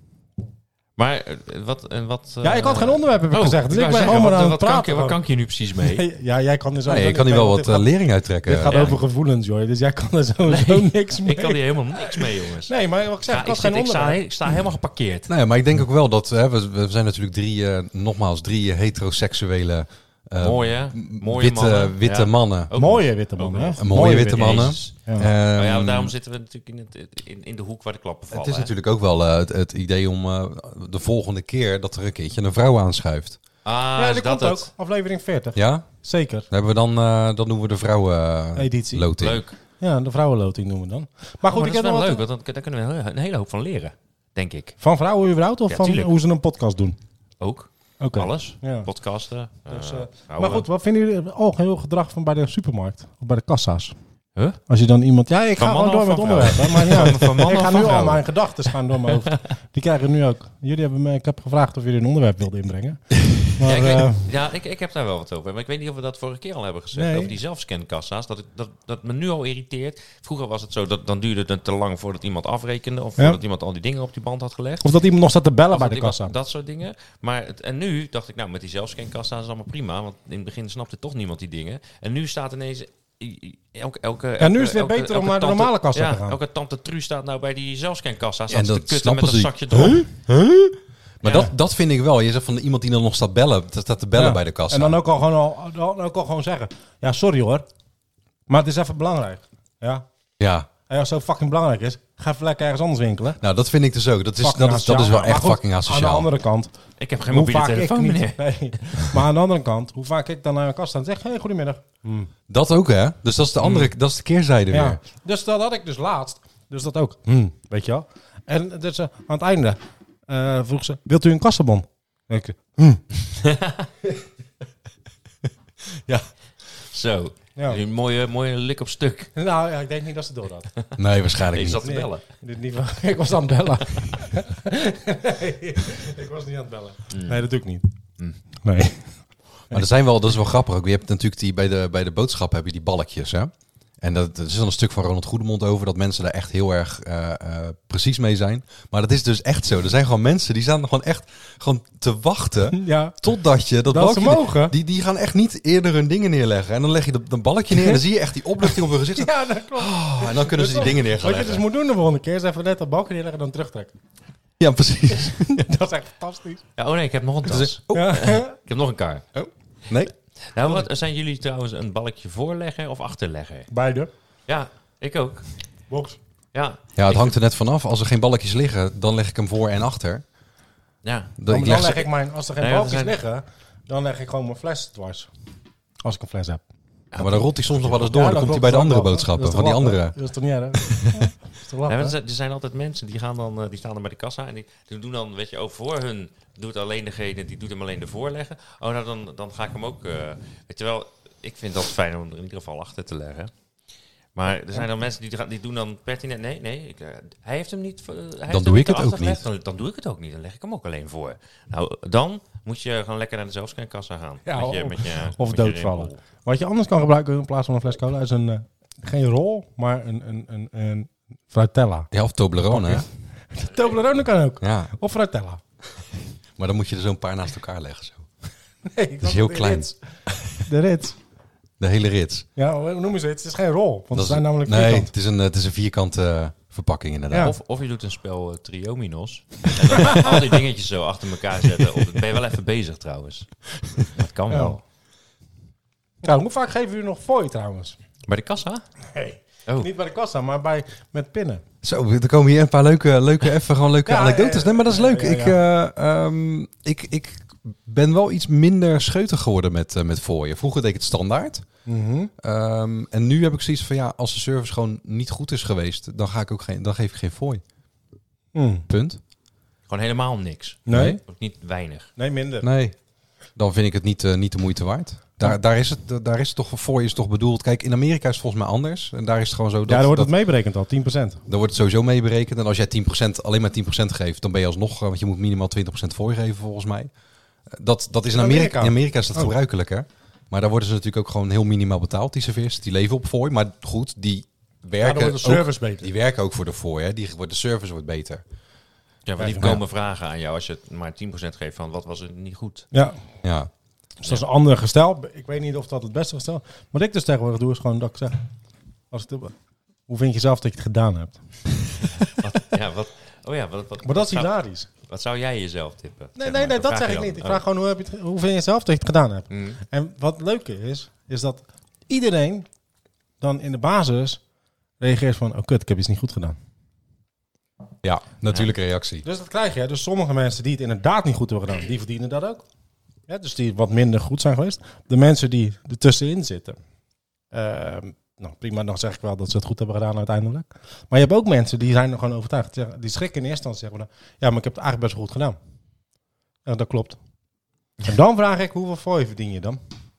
Maar eh, wat... En wat Ja, ik had geen onderwerp, heb ik oh, gezegd. Dus ik ben wou gewoon zeggen, maar aan wat, het wat, kan, praten. ik- wat kan ik hier nu precies mee? Ja, jij kan er zo... Nee, je kan hier wel wat uh, lering uittrekken. Dit gaat Ja. over gevoelens, joh. Dus jij kan er sowieso Nee, niks mee. Ik kan hier helemaal niks mee, jongens. Nee, maar wat ik zeg, Ja, ik ik, had zit, geen ik, sta, onderwerp. ik sta helemaal geparkeerd. Nou ja, maar ik denk ook wel dat... Hè, we, we zijn natuurlijk drie, uh, nogmaals, drie heteroseksuele... Uh, Mooie, mooie witte, mannen. witte Ja. mannen. Ook Mooie witte ook mannen, nog. hè? Mooie witte mannen. Jezus. Ja. Ehm, Maar ja, daarom zitten we natuurlijk in, het, in, in de hoek waar de klappen vallen. het is hè. natuurlijk ook wel uh, het, het idee om uh, de volgende keer dat er een keertje een vrouw aanschuift. Ah, Ja, is dat dat komt het? ook. Aflevering veertig. Ja? Zeker. Dan, hebben we dan, uh, dan doen we de vrouwen Editie. loting. Leuk. Ja, de vrouwenloting noemen we dan. Maar Maar goed, goed, ik dat is heb wel nog leuk, wat... want dan, daar kunnen we een hele, een hele hoop van leren. Denk ik. Van vrouwen überhaupt of Ja, van tuurlijk. hoe ze een podcast doen? Ook. Oké. Alles. Ja. Podcasten. Dus, eh, uh, vrouwen. maar goed, wat vinden jullie het algeheel gedrag van bij de supermarkt? Of bij de kassa's? Huh? Als je dan iemand... Ja, ik Van ga gewoon mannen door of met van het onderwerp. Hè, maar ja, Van- van mannen ik ga of nu van al vrouwen? mijn gedachten gaan door mijn hoofd. Die krijgen nu ook. Jullie hebben me, ik heb gevraagd of jullie een onderwerp wilden inbrengen. Maar, Ja, ik, weet- eh, ja ik, ik heb daar wel wat over. Maar ik weet niet of we dat vorige keer al hebben gezegd. Nee. Over die zelfscankassa's. Dat, ik- dat, dat me nu al irriteert. Vroeger was het zo, dat dan duurde het te lang voordat iemand afrekende. Of Ja. voordat iemand al die dingen op die band had gelegd. of dat iemand nog staat te bellen Of bij dat de iemand- kassa. Dat soort dingen. Maar het, en nu dacht ik, nou, met die zelfscankassa's is allemaal prima. Want in het begin snapte toch niemand die dingen. En nu staat ineens... i- i- Elke, elke, Ja, nu is het weer elke- beter om elke naar de tante- normale kassa ja, te gaan. Elke tante Tru staat nou bij die zelfscankassa. En Staat ze dat te kutten snappen met een ze. zakje erop. Maar Ja. dat, dat vind ik wel. Je zegt van iemand die dan nog staat bellen, dat staat te bellen Ja. bij de kassa. En dan ook al gewoon, al, dan ook al gewoon zeggen. Ja, sorry hoor. Maar het is even belangrijk. Ja. Ja, En als het zo fucking belangrijk is, ga even lekker ergens anders winkelen. nou dat vind ik dus ook. Dat is, Fucking dat is, dat is asociaal. wel echt Maar goed, fucking Aan de asociaal. andere kant, Ik heb geen hoe mobiele vaak telefoon, ik meneer. niet... Nee. Maar aan de andere kant, hoe vaak ik dan naar een kast sta en zeg... Hey, goedemiddag. Dat ook hè. Dus dat is de andere, dat is de keerzijde Ja. weer. Dus dat had ik dus laatst. Dus dat ook. Hmm, weet je wel. En dus, uh, aan het einde uh, vroeg ze... Wilt u een kassenbon? En ik, hmm. Zo. Ja. Een mooie, mooie lik op stuk. Nou ja, ik denk niet dat ze door had. Nee, waarschijnlijk Ik niet. zat te Nee. bellen. Dit niet van- ik was aan het bellen. nee, ik was niet aan het bellen. Nee, dat doe ik niet. Nee. Maar er zijn wel, dat is wel grappig ook. Je hebt natuurlijk die, bij de, bij de boodschap heb je die balkjes hè. En dat, er is dan een stuk van Ronald Goedemond over dat mensen daar echt heel erg uh, uh, precies mee zijn. Maar dat is dus echt zo. Er zijn gewoon mensen die staan gewoon echt gewoon te wachten Ja. totdat je dat, Dat ze balkje... mogen. Die, die gaan echt niet eerder hun dingen neerleggen. En dan leg je dat, dat balkje neer en dan zie je echt die opluchting op hun gezicht. Ja, dat klopt. Oh, en dan kunnen ze die dingen neer gaan Wat je dus leggen. moet doen de volgende keer is even net dat balkje neerleggen en dan terugtrekken. Ja, precies. Dat is echt fantastisch. Ja, oh nee, ik heb nog een tas. Dus- oh, Ja. Ik heb nog een kar. nee. Nou, wat, zijn jullie trouwens een balkje voorlegger of achterlegger? Beide. Ja, ik ook. Box. Ja, Ja, het Ik- hangt er net vanaf. Als er geen balkjes liggen, dan leg ik hem voor en achter. ja. Dan, Dan, ik dan leg leg ze- ik mijn, als er geen Nee, balkjes dat zijn- liggen, dan leg ik gewoon mijn fles dwars. Als ik een fles heb. Ja, maar dan rolt hij soms nog wel eens door. Ja, dan dat komt hij klopt. bij de Dat andere is toch boodschappen. lachen? Van die Dat is andere. toch lachen? Dat is toch niet erg? Dat is toch Ja, lachen? maar er zijn- er zijn altijd mensen die gaan dan, eh, die staan dan bij de kassa en die, die doen dan, weet je, ook voor hun doet alleen degene die doet hem alleen de voorleggen. Oh, nou dan, dan ga ik hem ook, eh, weet je wel, ik vind dat fijn om er in ieder geval achter te leggen. Maar er zijn dan mensen die, gaan- die doen dan pertinent, nee, nee, ik, eh, hij heeft hem niet. eh, hij heeft hem doe ik niet het erachter ook gelegd, Dan, dan doe ik het ook niet, dan leg ik hem ook alleen voor. Nou, dan moet je gewoon lekker naar de zelfscankassa gaan. Ja, met je, of- met je, Of met je doodvallen. rimpel. Wat je anders kan gebruiken in plaats van een fles cola is een, uh, geen rol, maar een, een, een, een Fruitella. Ja, of Toblerone. hè? Toblerone kan ook. Ja, Of Fruitella. maar dan moet je er zo'n paar naast elkaar leggen. Zo. Nee, ik is heel de klein. Ritz. De Ritz. De hele rits. Ja, hoe noemen ze het? Het is geen rol, want Dat ze is- zijn namelijk nee, vierkant. het is een, het is een vierkante uh, verpakking inderdaad. Ja. Of, of je doet een spel uh, Triominos. En dan al die dingetjes zo achter elkaar zetten. Op, ben je wel even bezig trouwens. Dat kan Ja. wel. Nou, hoe vaak geven jullie nog fooi trouwens? Bij de kassa? Nee, Oh. niet bij de kassa, maar bij, met pinnen. Zo, er komen hier een paar leuke, leuke even gewoon leuke Ja, anekdotes. ja, Nee, maar dat is ja, leuk. ja, Ik, uh, um, ik, ik ben wel iets minder scheutig geworden met, uh, met fooien. Vroeger deed ik het standaard. Mm-hmm. Um, en nu heb ik zoiets van, ja, als de service gewoon niet goed is geweest, dan, ga ik ook geen, dan geef ik geen fooi. Mm. Punt. Gewoon helemaal niks. Nee. Ook niet weinig. Nee, minder. Nee, dan vind ik het niet, uh, niet de moeite waard. Daar, daar is het, daar is het toch voor, is toch bedoeld. Kijk, in Amerika is het volgens mij anders. En daar is het gewoon zo dat... Ja, daar wordt dat, het meeberekend al, tien procent. dan wordt het sowieso mee berekend. En als jij tien procent, alleen maar tien procent geeft, dan ben je alsnog... Want je moet minimaal twintig procent voor je geven, volgens mij. Dat, dat is in Amerika. Amerika. In Amerika is dat Oh. gebruikelijk, hè. Maar daar worden ze natuurlijk ook gewoon heel minimaal betaald, die serveers. Die leven op fooi. Maar goed, die Ja, dan werken, wordt de service ook, beter. die werken ook voor de fooi, hè. Die, wordt- de service wordt beter. Ja, want die Ja. komen vragen aan jou als je het maar tien procent geeft van wat was het niet goed. Ja, Ja. dus dat is een ander gestel. Ik weet niet of dat het beste gestel is. Wat ik dus tegenwoordig doe, is gewoon dat ik zeg... Als ik, hoe vind je zelf dat je het gedaan hebt? Wat, ja, wat, oh ja, wat, wat, Maar dat is wat zou, hilarisch. wat zou jij jezelf tippen? Nee, Zeg nee, maar, nee, dan dat vraag zeg je ik dan. niet. Ik Oh. vraag gewoon, hoe, heb je het, hoe vind je zelf dat je het gedaan hebt? Mm. En wat leuke is, is dat iedereen dan in de basis reageert van... Oh kut, ik heb iets niet goed gedaan. Ja, natuurlijke reactie. Dus dat krijg je. Dus sommige mensen die het inderdaad niet goed hebben gedaan, die verdienen dat ook. Ja, dus die wat minder goed zijn geweest. De mensen die er tussenin zitten. ehm, nou prima, dan zeg ik wel dat ze het goed hebben gedaan uiteindelijk. Maar je hebt ook mensen die zijn er gewoon overtuigd. Die zeggen- Die schrikken in eerste instantie zeggen van, ja, maar ik heb het eigenlijk best wel goed gedaan. Ja, dat klopt. En dan vraag ik, hoeveel fooi verdien je dan?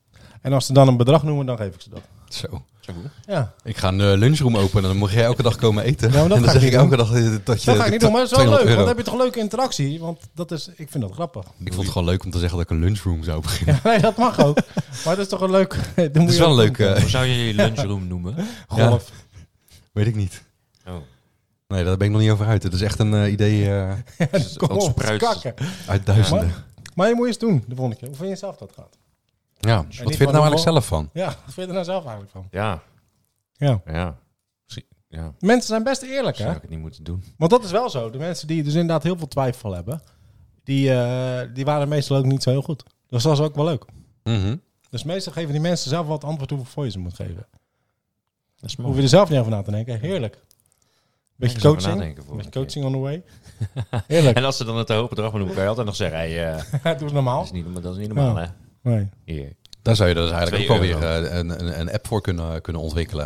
En als ze dan een bedrag noemen, dan geef ik ze dat. Zo. Zo goed. Ja, Ik ga een uh, lunchroom openen en dan mag jij elke dag komen eten. Ja, maar dat en dan ga ik zeg ik niet elke dag uh, dat je... dat ga ik niet doen, maar dat is wel leuk. tweehonderd Want dan euro. heb je toch een leuke interactie. Want dat is, ik vind dat grappig. Ik vond het gewoon leuk om te zeggen dat ik een lunchroom zou beginnen. Ja, nee, dat mag ook. Maar dat is toch een leuk... Het Het is wel een leuk... uh, Hoe zou je je lunchroom noemen? golf. weet ik niet. Oh. Nee, daar ben ik nog niet over uit. Het is echt een uh, idee uh, Golf, spruit. kakken. uit duizenden. Maar, maar je moet eens doen, de volgende keer. Hoe vind je zelf dat gaat? Ja, wat niet vind je er van nou de eigenlijk zelf van? Ja, wat vind je er nou zelf eigenlijk van? Ja, Ja. ja. Misschien- Ja, Mensen zijn best eerlijk, zou hè? ik het niet moeten doen. Want dat is wel zo. De mensen die dus inderdaad heel veel twijfel hebben, die, uh, die waren meestal ook niet zo heel goed. Dus dat is ook wel leuk. Mhm. Dus meestal geven die mensen zelf wel het antwoord hoeveel fooi ze moeten geven. Dat is Hoef je er zelf niet over na te denken. Heerlijk. Beetje eens over coaching. nadenken voor Beetje een coaching on the way. Heerlijk. En als ze dan het te hoog bedrag noemen, kan je altijd nog zeggen, hey, uh, Doe eens dat, normaal. is niet, dat is niet normaal, Ja. hè? Nee. Hier. Daar zou je dus eigenlijk ook Twee wel euro. weer uh, een, een, een app voor kunnen, kunnen ontwikkelen.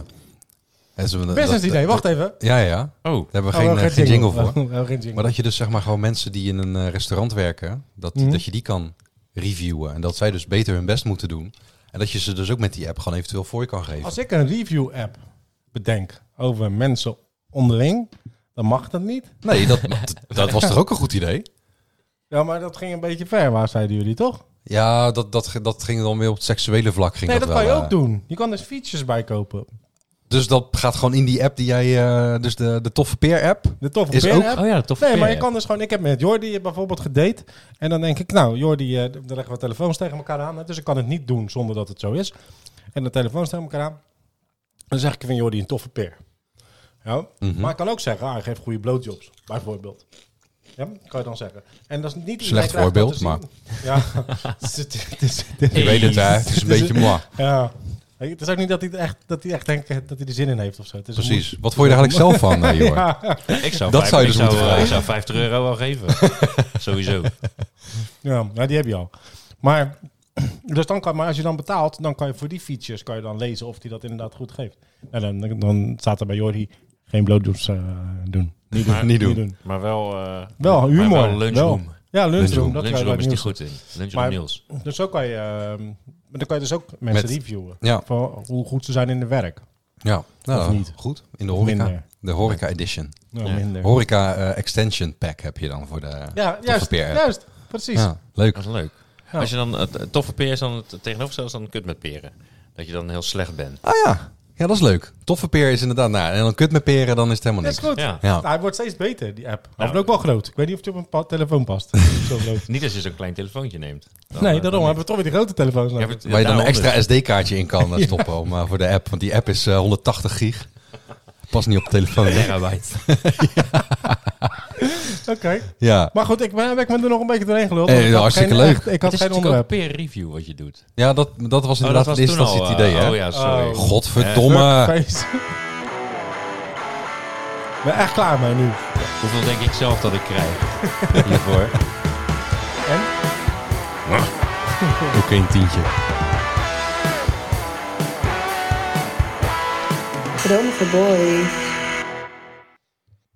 En zo- Business dat- idee, dat- wacht even. Ja, ja. Daar Oh, hebben we Oh, geen, wel uh, geen jingle voor. Wel, wel geen jingle. Maar dat je dus zeg maar gewoon mensen die in een uh, restaurant werken, dat, Mhm. dat je die kan reviewen. En dat zij dus beter hun best moeten doen. En dat je ze dus ook met die app gewoon eventueel voor je kan geven. Als ik een review-app bedenk over mensen onderling, dan mag dat niet. Nee, dat, dat, dat was toch ook een goed idee? Ja, maar dat ging een beetje ver, waar zeiden jullie toch? Ja, dat, dat, dat ging dan weer op het seksuele vlak. Ging Nee, dat, dat kan je wel, ook uh, doen. Je kan dus features bijkopen. Dus dat gaat gewoon in die app die jij... uh, dus de, de toffe peer app. De toffe Is ook- peer-app. oh ja, tof. Nee, maar je kan dus gewoon... Ik heb met Jordi bijvoorbeeld gedate. En dan denk ik, nou, Jordi, uh, dan leggen we telefoons tegen elkaar aan. Dus ik kan het niet doen zonder dat het zo is. En de telefoons tegen elkaar aan. Dan zeg ik, ik vind Jordi een toffe peer. Ja, Mhm. maar ik kan ook zeggen, ah, hij geeft goede blowjobs, bijvoorbeeld. Ja, kan je dan zeggen. En dat is niet Slecht iedereen krijgt dat voorbeeld, te zien. Ja, het is- het is- het is- het is- Je weet het, hè? Het is een beetje moi. ja. Het is ook niet dat hij, echt, dat hij echt denkt dat hij er zin in heeft of zo. Het is een Precies. Wat vond je er eigenlijk zelf van, uh, Jorn? Ja, Ik zou Dat vijf- zou je ik dus moeten eh, vragen. Ik zou vijftig euro wel geven. Sowieso. ja, nou, die heb je al. Maar, dus dan kan, maar als je dan betaalt, dan kan je voor die features kan je dan lezen of hij dat inderdaad goed geeft. En dan, dan staat er bij Jordi geen blowjobs uh, doen. Niet doen. Maar- Niet doen. Maar wel... uh, Wel humor. Maar wel lunchroom. Wel. Ja, lunchroom. Lunchroom. Dat Lunchroom kan is je niet bij goed in. Lunchroom Maar- Niels. nieuws. Dus zo kan je, uh, dan kan je dus ook mensen Met- reviewen. Ja, Voor hoe goed ze zijn in de werk. ja. Nou, Of niet. goed. In de Of horeca. minder. De horeca edition. Nou, Ja. minder. Horeca uh, extension pack heb je dan voor de Ja, toffe juist. peer app. Juist. Precies. Ja, leuk. Dat is leuk. Ja. Als je dan het het toffe peer is dan het tegenovergestelde is dan kut met peren. Dat je dan heel slecht bent. Ah ja. Ja, dat is leuk. Toffe peer is inderdaad... Nou, en dan kut met peren, dan is het helemaal Dat is niks. goed. Ja. Ja. Hij wordt steeds beter, die app. Hij Nou, wordt ook wel groot. Ik weet niet of hij op een pa- telefoon past. Zo groot. Niet als je zo'n klein telefoontje neemt. Dan, Nee, eh, daarom dan hebben we toch weer die grote telefoons niet. nodig. Ja, Waar je dan een daarom extra dus. S D-kaartje in kan eh, stoppen om, uh, voor de app. Want die app is uh, honderdtachtig gig. Past niet op de telefoon. hè? Terabyte. Oké. Ja. Maar goed, ik ben, ik ben er nog een beetje doorheen geluld. Eh, want ik had hartstikke geen leuk. echt- ik Het had is geen natuurlijk ook onderwerp. peer review wat je doet. Ja, dat, dat was Oh, inderdaad dat in was eerste toen al. instantie het idee, eh, hè? Oh ja, sorry. Oh. Godverdomme. Fuckface. Ik ben echt klaar mee nu. Hoeveel denk ik zelf dat ik krijg hiervoor? En? Oké, een tientje. Dromen for Boys.